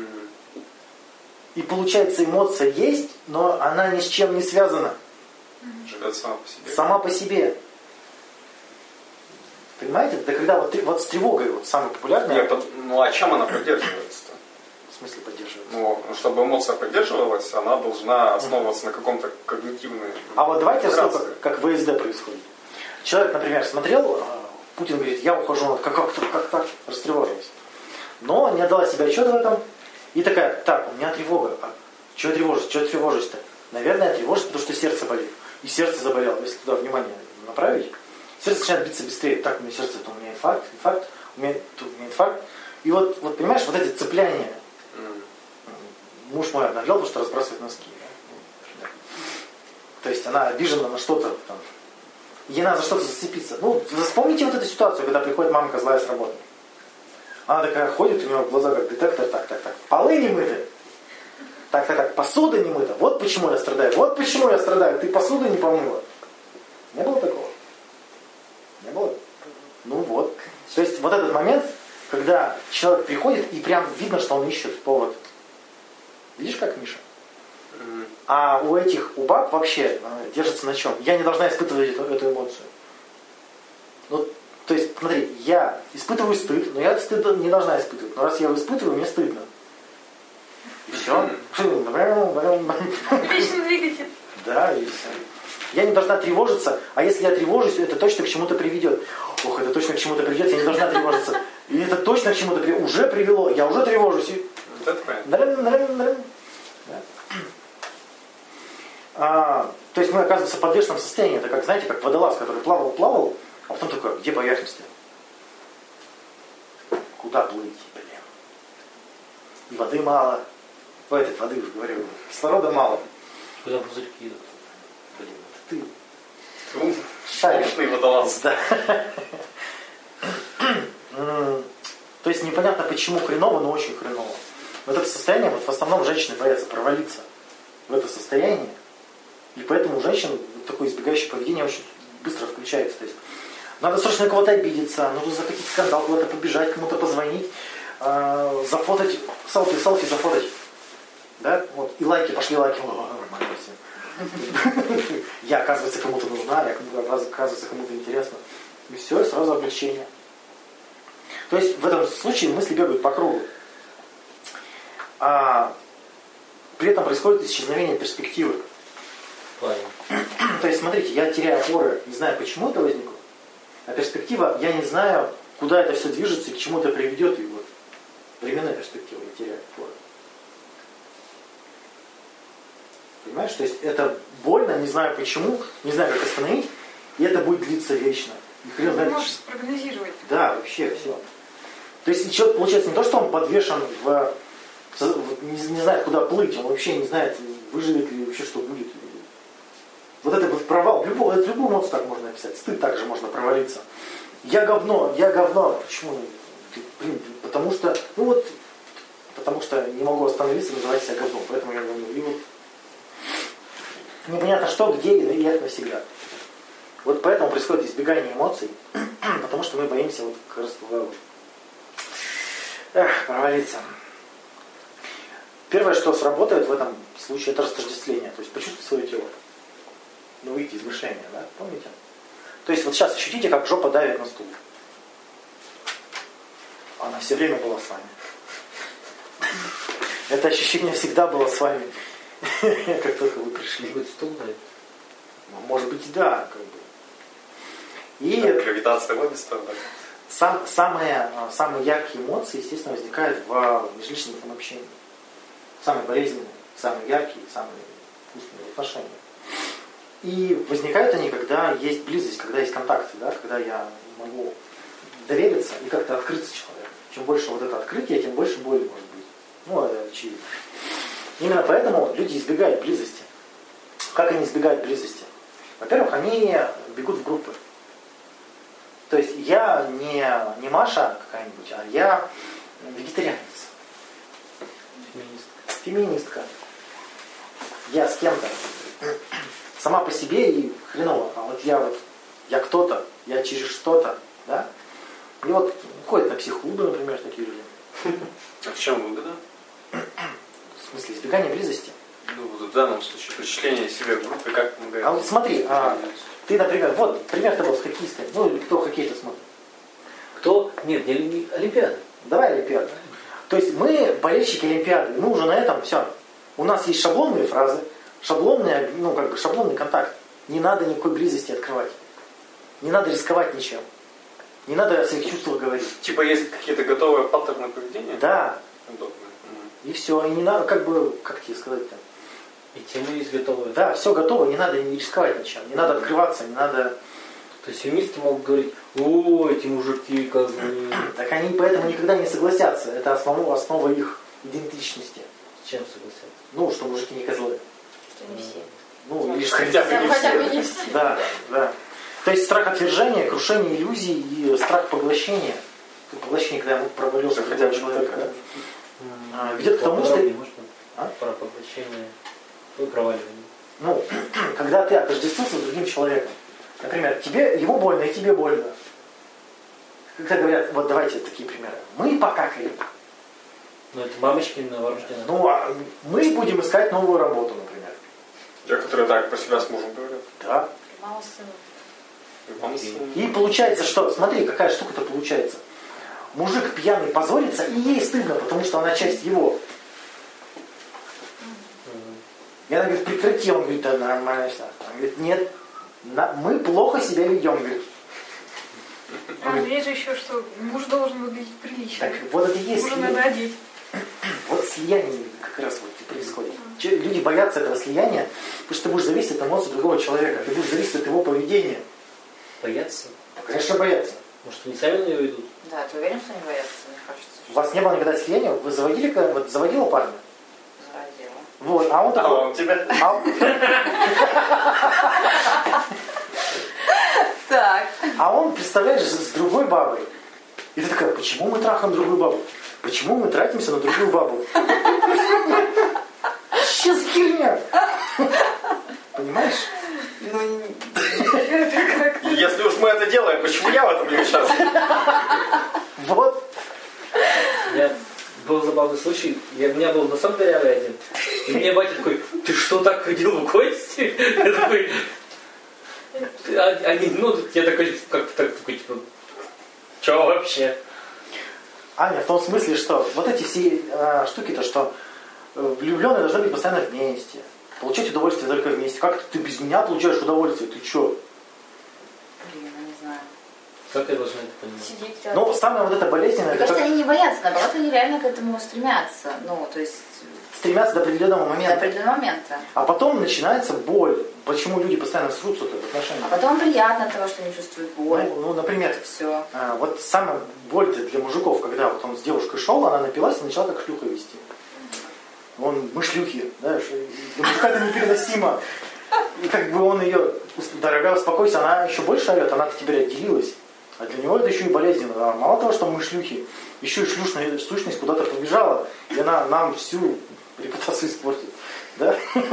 И получается, эмоция есть, но она ни с чем не связана. Живет сама по себе. Сама по себе. Понимаете? Это когда вот, вот с тревогой вот, самое популярное. Нет, ну а чем она поддерживается-то? В смысле поддерживается? Ну, чтобы эмоция поддерживалась, она должна основываться на каком-то когнитивном... А вот давайте рассмотрим, как в ВСД происходит. Человек, например, смотрел, Путин говорит, я ухожу, как, как, как так, растревожилась. Но не отдала себе отчет в этом. И такая, так, у меня тревога. А чего я тревожусь? Чего я тревожусь-то? Наверное, я тревожусь, потому что сердце болит. И сердце заболело. Если туда внимание направить, сердце начинает биться быстрее. Так, у меня сердце, то у меня инфаркт, инфаркт, у меня, тут у меня инфаркт. И вот, вот, понимаешь, вот эти цепляния. Муж мой обнаглел, потому что разбрасывает носки. Да? То есть она обижена на что-то. Там. Ей надо за что-то зацепиться. Ну, вспомните вот эту ситуацию, когда приходит мамка злая с работы. Она такая ходит, у нее в глаза как детектор, так, так, так. Полы не мыты. Так, так, так. Посуда не мыта. Вот почему я страдаю. Вот почему я страдаю. Ты посуду не помыла. Не было такого? Не было? Ну вот. То есть вот этот момент, когда человек приходит и прям видно, что он ищет повод. Видишь, как, Миша? Mm-hmm. А у этих, у баб вообще э, держится на чем? Я не должна испытывать эту, эту эмоцию. Ну, то есть, смотри, я испытываю стыд, но я стыд не должна испытывать. Но раз я его испытываю, мне стыдно. И все. Вечный двигатель. Да, и все. Я не должна тревожиться, а если я тревожусь, это точно к чему-то приведет. Ох, это точно к чему-то приведет, я не должна тревожиться. И это точно к чему-то при... уже привело, я уже тревожусь. И... Вот это понятно. Да. А, то есть мы оказываемся в подвешенном состоянии. Это как, знаете, как водолаз, который плавал, плавал, а потом такой, где поверхность? Куда плыть, блин? И воды мало. Ой, этой воды уже говорю. Кислорода мало. Куда пузырьки? Блин, это ты. Ну, шаришь. Скучный водолаз. Да. То есть непонятно почему хреново, но очень хреново. Вот это состояние, вот в основном женщины боятся провалиться в это состояние. И поэтому у женщин такое избегающее поведение очень быстро включается. То есть надо срочно на кого-то обидеться, нужно захотеть скандал, куда-то побежать, кому-то позвонить, э, зафотать, селфи, селфи зафотать. Да? Вот. И лайки, пошли лайки. О, нормально все. Я, оказывается, кому-то нужна, я, оказывается, кому-то интересно. И все, и сразу облегчение. То есть в этом случае мысли бегают по кругу. А при этом происходит исчезновение перспективы. То есть, смотрите, я теряю опоры, не знаю, почему это возникло. А перспектива, я не знаю, куда это все движется и к чему это приведет. И вот временная перспектива, я теряю опоры. Понимаешь? То есть это больно, не знаю почему, не знаю, как остановить, и это будет длиться вечно. И хрен знает, можешь спрогнозировать. Да, вообще все. То есть человек получается не то, что он подвешен в, не, не знает, куда плыть, он вообще не знает, выживет ли вообще, что будет. Вот это вот провал, любую, это любую эмоцию так можно описать, стыд также можно провалиться. Я говно, я говно. Почему? Блин, потому что, ну вот, потому что не могу остановиться, называть себя говном, поэтому я говно. И вот непонятно что, где, и это навсегда. Вот поэтому происходит избегание эмоций, потому что мы боимся вот как раз эх, провалиться. Первое, что сработает в этом случае, это растождествление, то есть почувствовать свое тело. Ну, выйти из мышления, да, помните? То есть вот сейчас ощутите, как жопа давит на стул. Она все время была с вами. Это ощущение всегда было с вами, как только вы пришли. Может быть, стул давит? Может быть, и да, как бы. И да, гравитация в обе стороны. Сам, самые, самые яркие эмоции, естественно, возникают в межличностном общении. Самые болезненные, самые яркие, самые вкусные отношения. И возникают они, когда есть близость, когда есть контакты, да, когда я могу довериться и как-то открыться человеку. Чем больше вот это открытие, тем больше боли может быть. Ну, это очевидно. Именно поэтому люди избегают близости. Как они избегают близости? Во-первых, они бегут в группы. То есть я не, не Маша какая-нибудь, а я вегетарианец. Феминистка. Феминистка. Я с кем-то. Сама по себе и хреново. А вот я вот, я кто-то, я через что-то, да? И вот ходят на психологи, например, такие люди. А в чем выгода? В смысле, избегание близости. Ну, вот в данном случае, причисление себя в группе, как помогает? А вот смотри, а, ты, например, вот, пример-то был с хоккеистами. Ну, или кто хоккей-то смотрит? Кто? Нет, не, не Олимпиада. Давай Олимпиаду. То есть мы болельщики Олимпиады, мы уже на этом все. У нас есть шаблонные фразы, шаблонный, ну, как бы шаблонный контакт. Не надо никакой близости открывать. Не надо рисковать ничем. Не надо о своих чувствах говорить. Типа есть какие-то готовые паттерны поведения? Да. Удобно. И все. И не надо, как бы, как тебе сказать-то? И темы есть готовые. Да, все готово, не надо не рисковать ничем. Не надо открываться, не надо... То есть феминисты могут говорить: о, эти мужики, козлы. Так они поэтому никогда не согласятся. Это основа, основа их идентичности. С чем согласятся? Ну, что мужики не козлы. Что не все. Ну, или что Хотя бы не Хотя бы все. не все. Да, да. То есть страх отвержения, крушение иллюзий и страх поглощения. Поглощение, когда я провалился хотя бы человека, да? А, ведет к тому, что... Можно? А? Про поглощение и проваливание. Ну, когда ты отождествился с другим человеком. Например, тебе, ему больно, и тебе больно. Когда говорят, вот давайте такие примеры. Мы покакали. Ну, это мамочки новорожденные. Ну, а мы будем искать новую работу, например. Те, которые так про себя с мужем говорят. Да. Мама сына. И мама с сыном. И получается, что, смотри, какая штука-то получается. Мужик пьяный позорится, и ей стыдно, потому что она часть его. И она говорит, прекрати, он говорит, да нормально все. Он говорит, нет, на, мы плохо себя ведем, говорит. А есть же еще, что муж должен выглядеть прилично. Так, вот это и есть Мужа слияние. надо одеть. Вот слияние как раз вот и происходит. Че- Люди боятся этого слияния, потому что ты будешь зависеть от эмоций другого человека, ты будешь зависеть от его поведения. Боятся? Ну, конечно, боятся. Может, они сами на нее идут? Да, ты уверен, что не боятся? Мне кажется, У вас не было никогда слияния? Вы заводили, когда- вот заводила парня? зародила. Вот, а он А такой... он тебя? а он- Так. А он, представляешь, с другой бабой. И ты такая, почему мы трахаем другую бабу? Почему мы тратимся на другую бабу? Что за херня? Понимаешь? Ну, не- Если уж мы это делаем, почему я в этом не участвую? Вот. У меня был забавный случай, я, у меня был носок дырявый один, и мне батя такой, ты что, так ходил в гости? Я такой, они, ну, я такой, как-то так, такой, типа, чё вообще? Аня, в том смысле, что вот эти все э, штуки-то, что влюбленные должны быть постоянно вместе, получать удовольствие только вместе. Как ты без меня получаешь удовольствие? Ты чё? Блин, я не знаю. Как я должна это понимать? Сидеть рядом. Ну, самое вот это болезненное... Мне кажется, как... они не боятся, наоборот, они реально к этому стремятся. Ну, то есть... Стремятся до определенного До момента. определенного момента. А потом начинается боль. Почему люди постоянно срутся в отношениях? А потом приятно от того, что они чувствуют боль. Ну, ну, например, Все. а, вот самая боль-то для мужиков, когда вот он с девушкой шел, она напилась и начала как шлюха вести. Он, мы шлюхи, знаешь, для мужика это непереносимо. И как бы он ее, дорогая, успокойся, она еще больше орет, она-то теперь отделилась. А для него это еще и болезненно. А мало того, что мы шлюхи, еще и шлюшная сущность куда-то побежала, и она нам всю репутацию испортит. Да?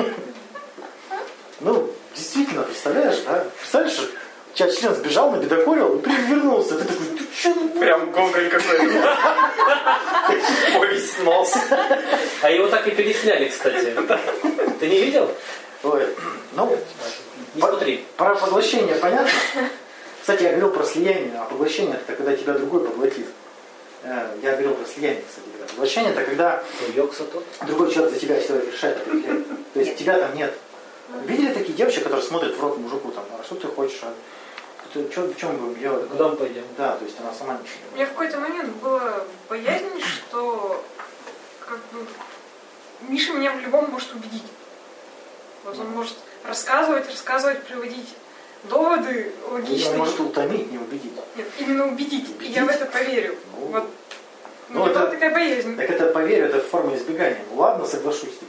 Ну, действительно, представляешь, да? Представляешь, у тебя член сбежал, набедокурил и перевернулся. Ты такой, ты что? Прям Гоголь какой-то. Повесь нос. А его так и пересняли, кстати. Ты не видел? Ой, ну, Не по- смотри. про поглощение понятно. Кстати, я говорил про слияние, а поглощение это когда тебя другой поглотит. Э, Я говорил про слияние, кстати. Говоря. Поглощение это когда Ну, Йокса тот. другой человек за тебя все решает, определяет. То есть тебя там нет. Видели такие девочки, которые смотрят в рот мужику там, а что ты хочешь, а ты, что, в чем будем делать? Куда мы пойдем? Да, то есть она сама ничего У не меня в какой-то момент была боязнь, что как бы Миша меня в любом может убедить. Вот он может рассказывать, рассказывать, приводить доводы может. логичные. Он может утомить, не убедить. Нет, именно убедить. И я в это поверю. Ну, Вот. ну, У меня это- была такая боязнь. Так это, поверь, это форма избегания. Ну ладно, соглашусь, типа.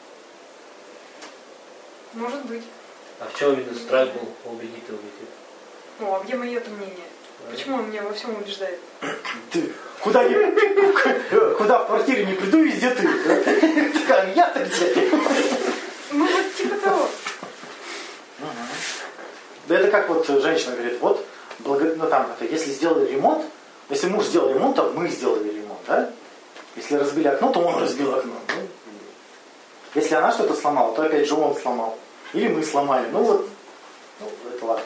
Может быть. А в чем именно страх был убедить и убедить? Ну, а где мое это мнение? Почему он меня во всем убеждает? Ты куда, не, куда в квартире не приду, везде ты. Такая, я-то где? Ну вот типа того. Да это как вот женщина говорит, вот, благо- ну там, это, если сделали ремонт, если муж сделал ремонт, то мы сделали ремонт, да? Если разбили окно, то он разбил окно. Ну, если она что-то сломала, то опять же он сломал. Или мы сломали. Ну вот, ну, это ладно.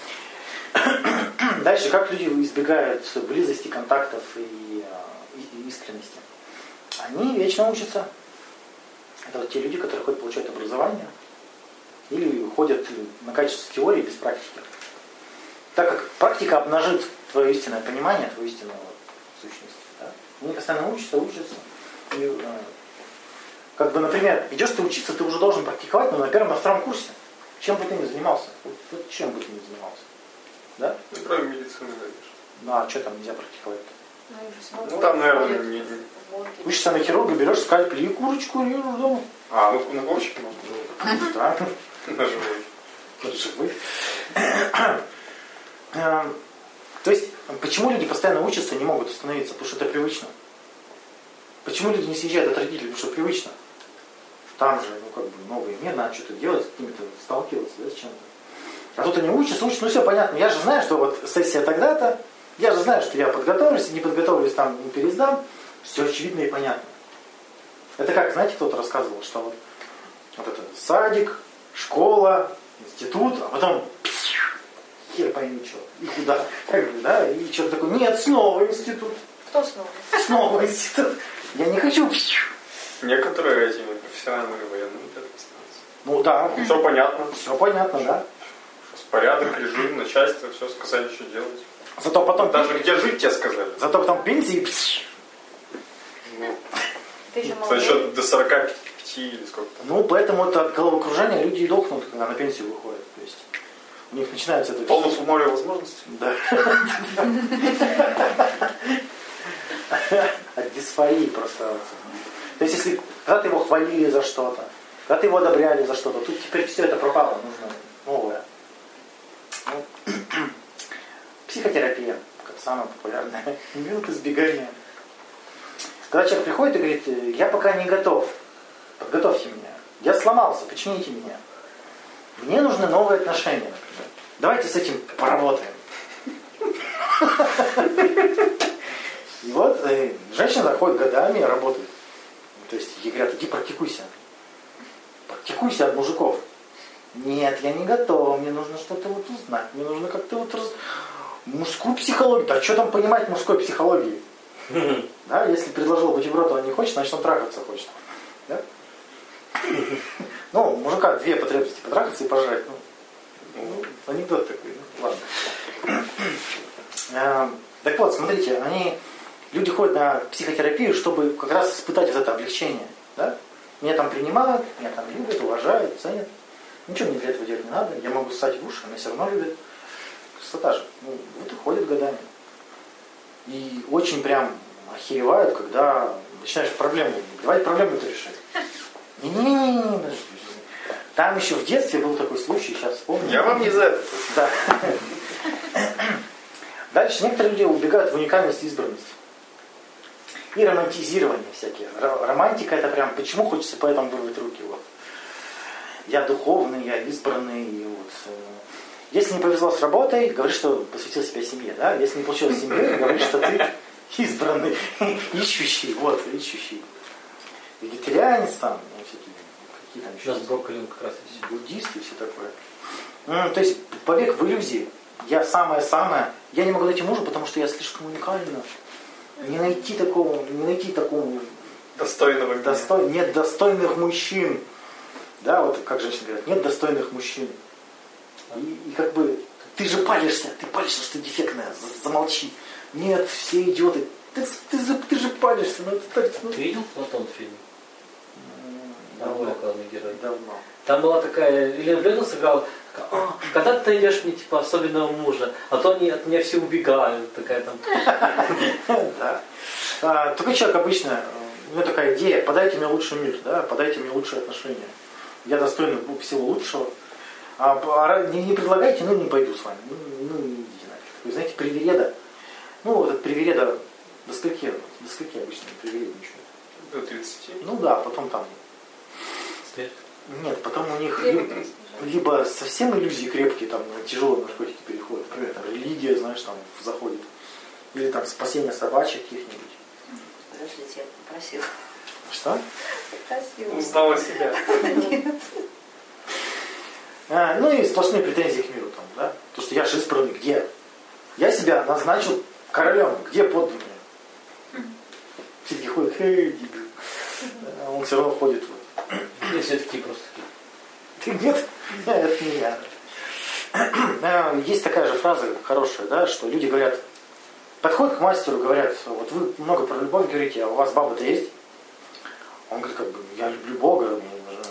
Дальше, как люди избегают близости, контактов и, э, и искренности? Они вечно учатся. Это вот те люди, которые хоть получают образование, или ходят на качество теории без практики. Так как практика обнажит твое истинное понимание, твою истинную сущность. Да? Они постоянно учатся, учатся. И, э, как бы, например, идешь ты учиться, ты уже должен практиковать, но на первом, на втором курсе. Чем бы ты ни занимался. Вот, вот чем бы ты ни занимался. Да? Ты кроме медицины даешь. Ну а что там нельзя практиковать? Ну там, наверное, не... не- Учишься на хирурга, берешь скальпель и курочку режешь дома. А, ну на курочке можно. Да. На живой. Живых. Эм, То есть, почему люди постоянно учатся и не могут остановиться? Потому что это привычно. Почему люди не съезжают от родителей? Потому что привычно. Там же, ну как бы, новый мир, надо что-то делать, с какими-то сталкиваться, да, с чем-то. А тут они учатся, учатся, ну все понятно. Я же знаю, что вот сессия тогда-то, я же знаю, что я подготовлюсь, не подготовлюсь, там не пересдам. Все очевидно и понятно. Это как, знаете, кто-то рассказывал, что вот, вот это садик, школа, институт, а потом хер пойми что, и куда, как бы, да, и что-то такое, нет, снова институт, Кто снова? снова институт, я не хочу. Некоторые этими профессиональными военными так становятся. Ну да, Все понятно. все понятно, да. Порядок, режим, начальство, все сказали, что делать. Зато потом, Даже где жить тебе сказали. зато потом пенсии, Ну, Ты еще за молодой. счет до сорока пяти или сколько там. ну поэтому это от головокружения люди и дохнут, когда на пенсию выходят. То есть у них начинается это... Полностью море возможностей. Да. От дисфории просто. То есть, если когда-то его хвалили за что-то, когда-то его одобряли за что-то, тут теперь все это пропало, нужно новое. Ну, психотерапия, как самая популярная. Минут избегания. Когда человек приходит и говорит, я пока не готов, подготовьте меня. Я сломался, почините меня. Мне нужны новые отношения, например. Давайте с этим поработаем. И вот э, женщина заходит годами, работает. То есть ей говорят, иди практикуйся. Практикуйся от мужиков. Нет, я не готова, мне нужно что-то вот узнать. Мне нужно как-то вот раз... мужскую психологию. Да что там понимать мужской психологии? Да, если предложил бутерброд, он не хочет, значит он трахаться хочет. Да? Ну, у мужика две потребности: потрахаться и пожрать. Ну, ну, анекдот такой. Ну, ладно. Так вот, смотрите, они, люди ходят на психотерапию, чтобы как раз испытать вот это облегчение. Да? Меня там принимают, меня там любят, уважают, ценят. Ничего мне для этого делать не надо. Я могу ссать в уши, меня все равно любят. Красота же. Ну, вот и ходят годами. И очень прям охеревают, когда начинаешь проблему. Давайте проблему-то решать. Не-не-не, там еще в детстве был такой случай, сейчас вспомню. Я вам не за это. Да. Дальше некоторые люди убегают в уникальность и избранность. И романтизирование всякие. Романтика это прям, почему хочется поэтому вырвать руки. Вот. Я духовный, я избранный. И вот. Если не повезло с работой, говоришь, что посвятил себя семье. Да? Если не получилось семьей, говоришь, что ты избранный, ищущий. Вот, ищущий. Вегетарианец там, ну, всякие, какие там еще. Сейчас брокколи как раз и все. Буддисты и все такое. Ну, то есть побег в иллюзии. Я самое-самое. Я не могу найти мужа, потому что я слишком уникальна. Не найти такого, не найти такого достойного достой, нет достойных мужчин. Да, вот как женщины говорят, нет достойных мужчин. И, и как бы ты же палишься, ты палишься, что ты дефектная, замолчи. Нет, все идиоты. Ты, ты, ты, ты же палишься. Ну, это, ну... Ты видел Платон фильм? Давно. Герой. Давно. Там была такая, Илья Бледов сыграл, а, когда ты найдешь мне типа особенного мужа, а то они от меня все убегают, такая там. Да. А, такой человек обычно, у него такая идея: подайте мне лучший мир, да, подайте мне лучшие отношения. Я достойный всего лучшего. А не, не предлагайте, ну не пойду с вами. Ну, ну не идите нафиг. Вы знаете, привереда. Ну, вот этот привереда до скольки, до скольки обычно привередничают? До тридцати. Ну да, потом там. Смерть. Нет, потом у них либо, либо совсем иллюзии крепкие, там на тяжелые наркотики переходят. Например, там религия, знаешь, там заходит. Или там спасение собачек каких-нибудь. Подождите, я попросила. Что? Попросила. Узнала себя. Нет. А, ну и сплошные претензии к миру там, да? То, что я же избранный, где? Я себя назначил королем, где подданные? Все такие ходят, эй, дебил. А он все равно ходит вот. И все такие просто такие. Ты нет? Это не я. Есть такая же фраза хорошая, да, что люди говорят, подходят к мастеру, говорят, вот вы много про любовь говорите, а у вас баба-то есть? Он говорит, как бы, я люблю Бога, мне нужно.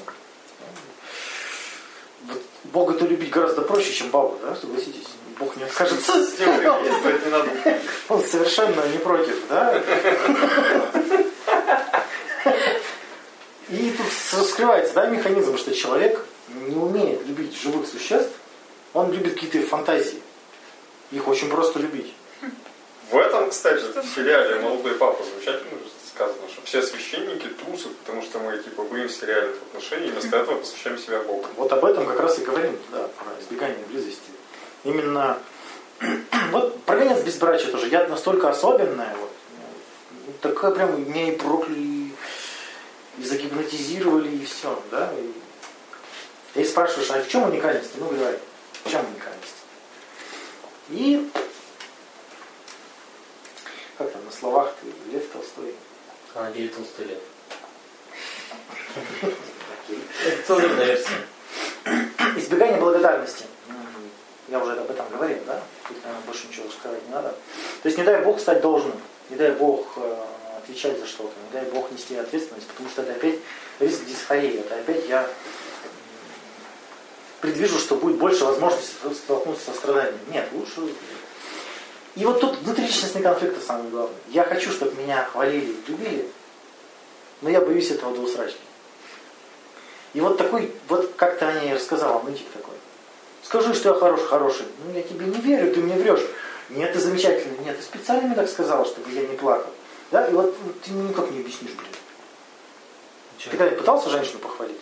Вот Бога-то любить гораздо проще, чем бабу, да, согласитесь? Бог не откажется. Не надо. Он совершенно не против, да? И тут раскрывается, да, механизм, что человек не умеет любить живых существ, он любит какие-то фантазии. Их очень просто любить. В этом, кстати, в сериале «Молодой папа» замечательно сказано, что все священники трусы, потому что мы типа боимся реальных отношений, и вместо этого посвящаем себя Богу. Вот об этом как раз и говорим, да, про избегание близости. Именно вот про венец безбрачия тоже. Я настолько особенная, вот, такая прям меня и прокляли, и загипнотизировали, и все, да. И, и спрашиваешь, а в чем уникальность? Ну, говори, в чем уникальность? И как там на словах ты, Лев Толстой. А, Лев Толстой Лев. Это цензурная версия. Избегание благодарности. Я уже об этом говорил, да? Тут, наверное, больше ничего сказать не надо. То есть не дай Бог стать должным, не дай Бог э, отвечать за что-то, не дай Бог нести ответственность, потому что это опять риск дисфории, это опять я предвижу, что будет больше возможностей столкнуться со страданием. Нет, лучше... И вот тут внутриличностный конфликт самый главный. Я хочу, чтобы меня хвалили и любили, но я боюсь этого до усрачки. И вот такой, вот как-то Аня рассказала, нытик такой. Скажи, что я хороший, хороший. Ну, я тебе не верю, ты мне врешь. Нет, ты замечательный. Нет, ты специально мне так сказала, чтобы я не плакал. Да, и вот, вот ты мне никак не объяснишь, блин. Ты когда пытался женщину похвалить?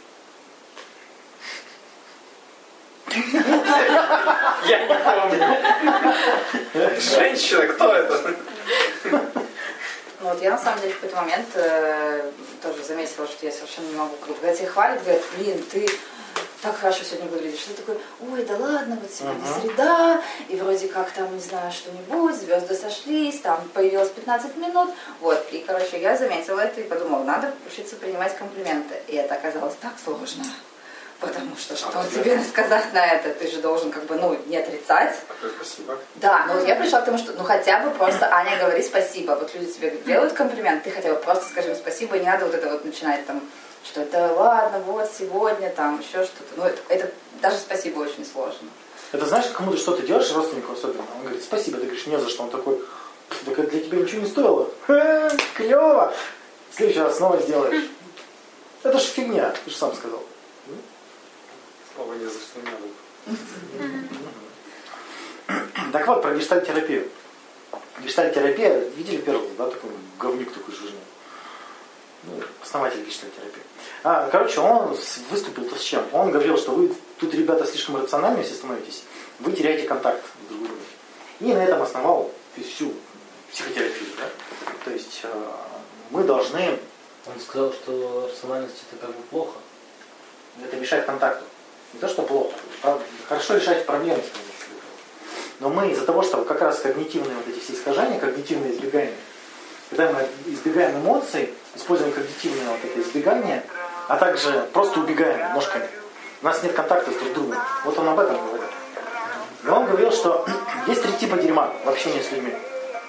Я не помню. Женщина, кто это? Ну вот я на самом деле в какой-то момент э, тоже заметила, что я совершенно не могу. Когда тебя хвалят, говорят, блин, ты так хорошо сегодня выглядишь. Ты такой, ой, да ладно, вот сегодня uh-huh. среда, и вроде как там, не знаю, что-нибудь, звезды сошлись, там появилось пятнадцать минут. Вот, и, короче, я заметила это и подумала, надо учиться принимать комплименты. И это оказалось так сложно. Потому что что а тебе сказать на это? Ты же должен как бы, ну, не отрицать. Спасибо. Да, но вот я пришла к тому, что ну хотя бы просто, Аня, говори спасибо. Вот люди тебе делают комплимент, ты хотя бы просто скажи им спасибо, и не надо вот это вот начинать там, что это ладно, вот сегодня, там, еще что-то. Ну, это, это даже спасибо очень сложно. Это знаешь, кому ты что-то делаешь, родственнику особенно, он говорит, спасибо, ты говоришь, не за что. Он такой, так это для тебя ничего не стоило. Ха, клево. В следующий раз снова сделаешь. Это ж фигня, ты же сам сказал. Слова не за что не надо. Так вот, про гештальт-терапию. Гештальт-терапия, видели первый, да, такой говнюк такой жирный. Ну, основатель гештальт-терапии. А, короче, он выступил-то с чем? Он говорил, что вы тут, ребята, слишком рациональны, если становитесь, вы теряете контакт друг с другом. И на этом основал всю психотерапию. Да? То есть э, мы должны... Он сказал, что рациональность это как бы плохо. Это мешает контакту. Не то, что плохо. Хорошо решать проблемы. Но мы из-за того, что как раз когнитивные вот эти все искажения, когнитивное избегание, когда мы избегаем эмоций, используем когнитивное вот это избегание, а также просто убегаем ножками, у нас нет контакта с друг другом. Вот он об этом говорил. И он говорил, что есть три типа дерьма в общении с людьми.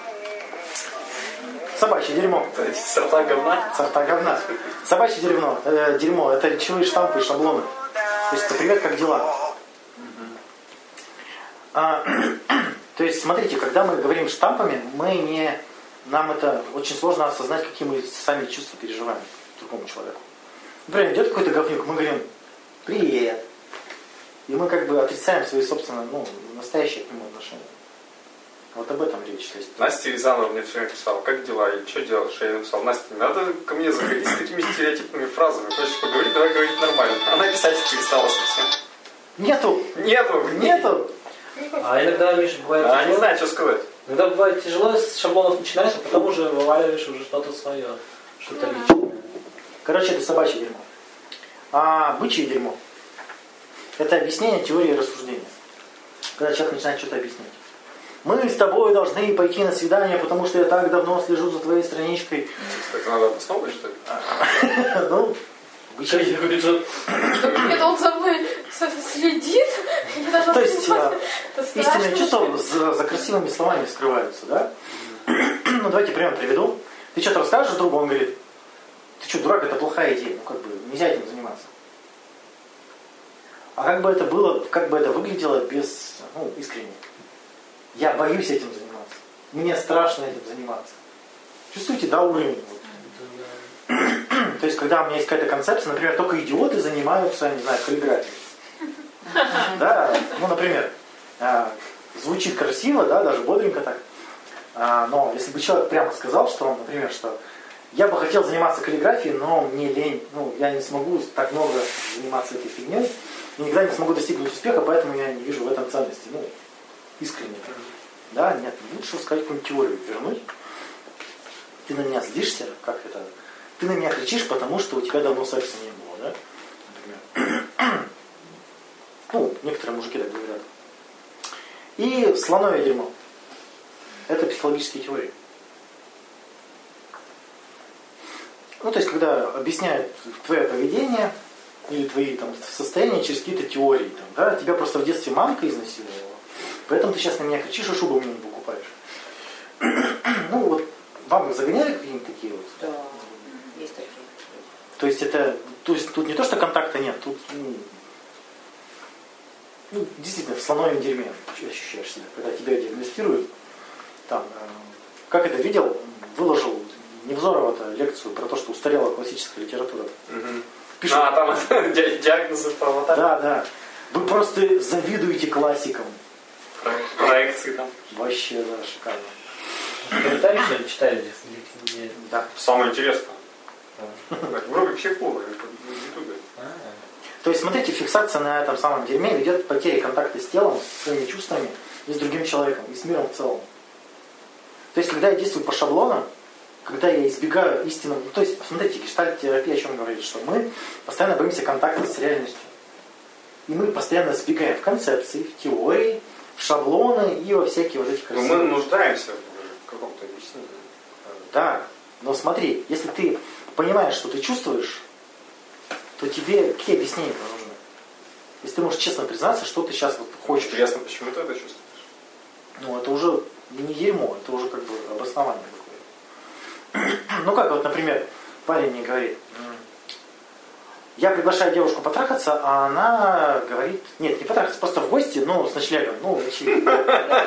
Собачье дерьмо. Сорта говна. Сорта говна. Собачье дерьмо. Э, дерьмо. Это речевые штампы и шаблоны. То есть это привет, как дела. А, то есть, смотрите, когда мы говорим штампами, мы не, нам это очень сложно осознать, какие мы сами чувства переживаем другому человеку. Например, идет какой-то говнюк, мы говорим «Привет». И мы как бы отрицаем свои собственные, ну, настоящие к нему отношения. Вот об этом речь. То есть... Настя Рязанова мне все время писала, как дела, и что делаешь? Я ей написал, Настя, не надо ко мне заходить с такими стереотипными фразами. Хочешь поговорить, давай говорить нормально. Она писать перестала совсем. Нету! Нету! Нету! А иногда, Миша, бывает А, тяжело. не знаю, что сказать. Иногда бывает тяжело, с шаблонов начинаешь, а потом уже вываливаешь уже что-то свое. Что-то личное. Короче, это собачье дерьмо. А бычье дерьмо – это объяснение теории рассуждения. Когда человек начинает что-то объяснять. Мы с тобой должны пойти на свидание, потому что я так давно слежу за твоей страничкой. Это надо обосновывать, что ли? Ну, бычье дерьмо. Это он за мной следит. То есть истинные чувства за, за красивыми словами скрываются, да? Ну, давайте пример приведу. Ты что-то расскажешь другу, он говорит, ты что, дурак, это плохая идея, ну, как бы, нельзя этим заниматься. А как бы это было, как бы это выглядело без, ну, искренне. Я боюсь этим заниматься. Мне страшно этим заниматься. Чувствуете, да, уровень? Вот. То есть, когда у меня есть какая-то концепция, например, только идиоты занимаются, не знаю, каллиграфией. Да, ну, например, звучит красиво, да, даже бодренько так. Но если бы человек прямо сказал, что он, например, что я бы хотел заниматься каллиграфией, но мне лень, ну, я не смогу так много заниматься этой фигней, и никогда не смогу достигнуть успеха, поэтому я не вижу в этом ценности. Ну, искренне. Да, нет, лучше сказать какую-нибудь теорию вернуть. Ты на меня злишься, как это? Ты на меня кричишь, потому что у тебя давно секса не было, да? Например. Ну, некоторые мужики так говорят. И слоновье дерьмо. Это психологические теории. Ну, то есть, когда объясняют твое поведение или твои там состояния через какие-то теории. Там, да? Тебя просто в детстве мамка изнасиловала. Поэтому ты сейчас на меня кричишь, и шубу мне не покупаешь. Ну, вот вам загоняли какие-нибудь такие вот? Да, есть такие. То есть, это, то есть, тут не то, что контакта нет, тут, ну, ну действительно, в слоновьем дерьме ощущаешь себя, когда тебя диагностируют. Там, э, как это видел, выложил Невзорова-то лекцию про то, что устарела классическая литература. Угу. Пишут, а, там это, диагнозы по Да, да. Вы просто завидуете классикам. Проекции там. Вообще, да, шикарно. Комментарии, что ли, читали здесь? Да. Самое интересное. Вроде психолога в ютубе. То есть, смотрите, фиксация на этом самом дерьме ведет к потере контакта с телом, с своими чувствами и с другим человеком, и с миром в целом. То есть, когда я действую по шаблонам, когда я избегаю истинного... Ну, то есть, посмотрите, гештальт-терапия о чем говорит, что мы постоянно боимся контакта с реальностью. И мы постоянно сбегаем в концепции, в теории, в шаблоны и во всякие вот эти красивые. Но мы нуждаемся в каком-то объяснении. Да, но смотри, если ты понимаешь, что ты чувствуешь, то тебе какие объяснения нужны? Если ты можешь честно признаться, что ты сейчас вот хочешь. Интересно, почему ты это чувствуешь? Ну, это уже не дерьмо, это уже как бы обоснование такое. Ну, как вот, например, парень мне говорит, я приглашаю девушку потрахаться, а она говорит, нет, не потрахаться, просто в гости, ну, с ночлегом, ну, очевидно.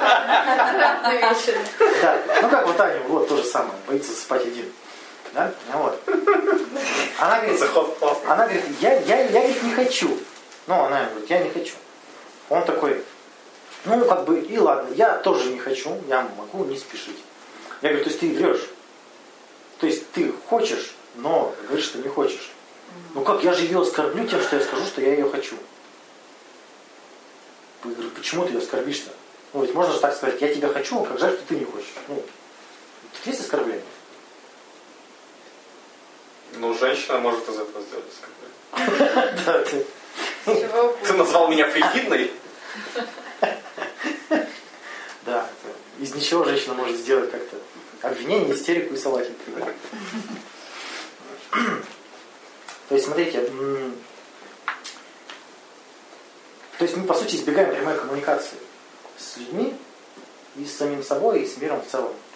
Да, ну, как вот Аня, вот то же самое, боится спать один. Да? Вот. Она говорит, она говорит, я, я, я говорит, не хочу. Ну, она говорит, я не хочу. Он такой, ну, как бы, и ладно, я тоже не хочу, я могу не спешить. Я говорю, то есть ты врешь. То есть ты хочешь, но говоришь, что не хочешь. Ну как, я же ее оскорблю тем, что я скажу, что я ее хочу. Я говорю, почему ты ее оскорбишь-то? Ну ведь можно же так сказать, я тебя хочу, как жаль, что ты не хочешь. Ну, тут есть оскорбление? Ну, женщина может из этого сделать оскорбление. Да, ты... Ты назвал меня фригидной? Да, из ничего женщина может сделать как-то обвинение, истерику и салатик. То есть, смотрите, то есть мы, по сути, избегаем прямой коммуникации с людьми и с самим собой, и с миром в целом.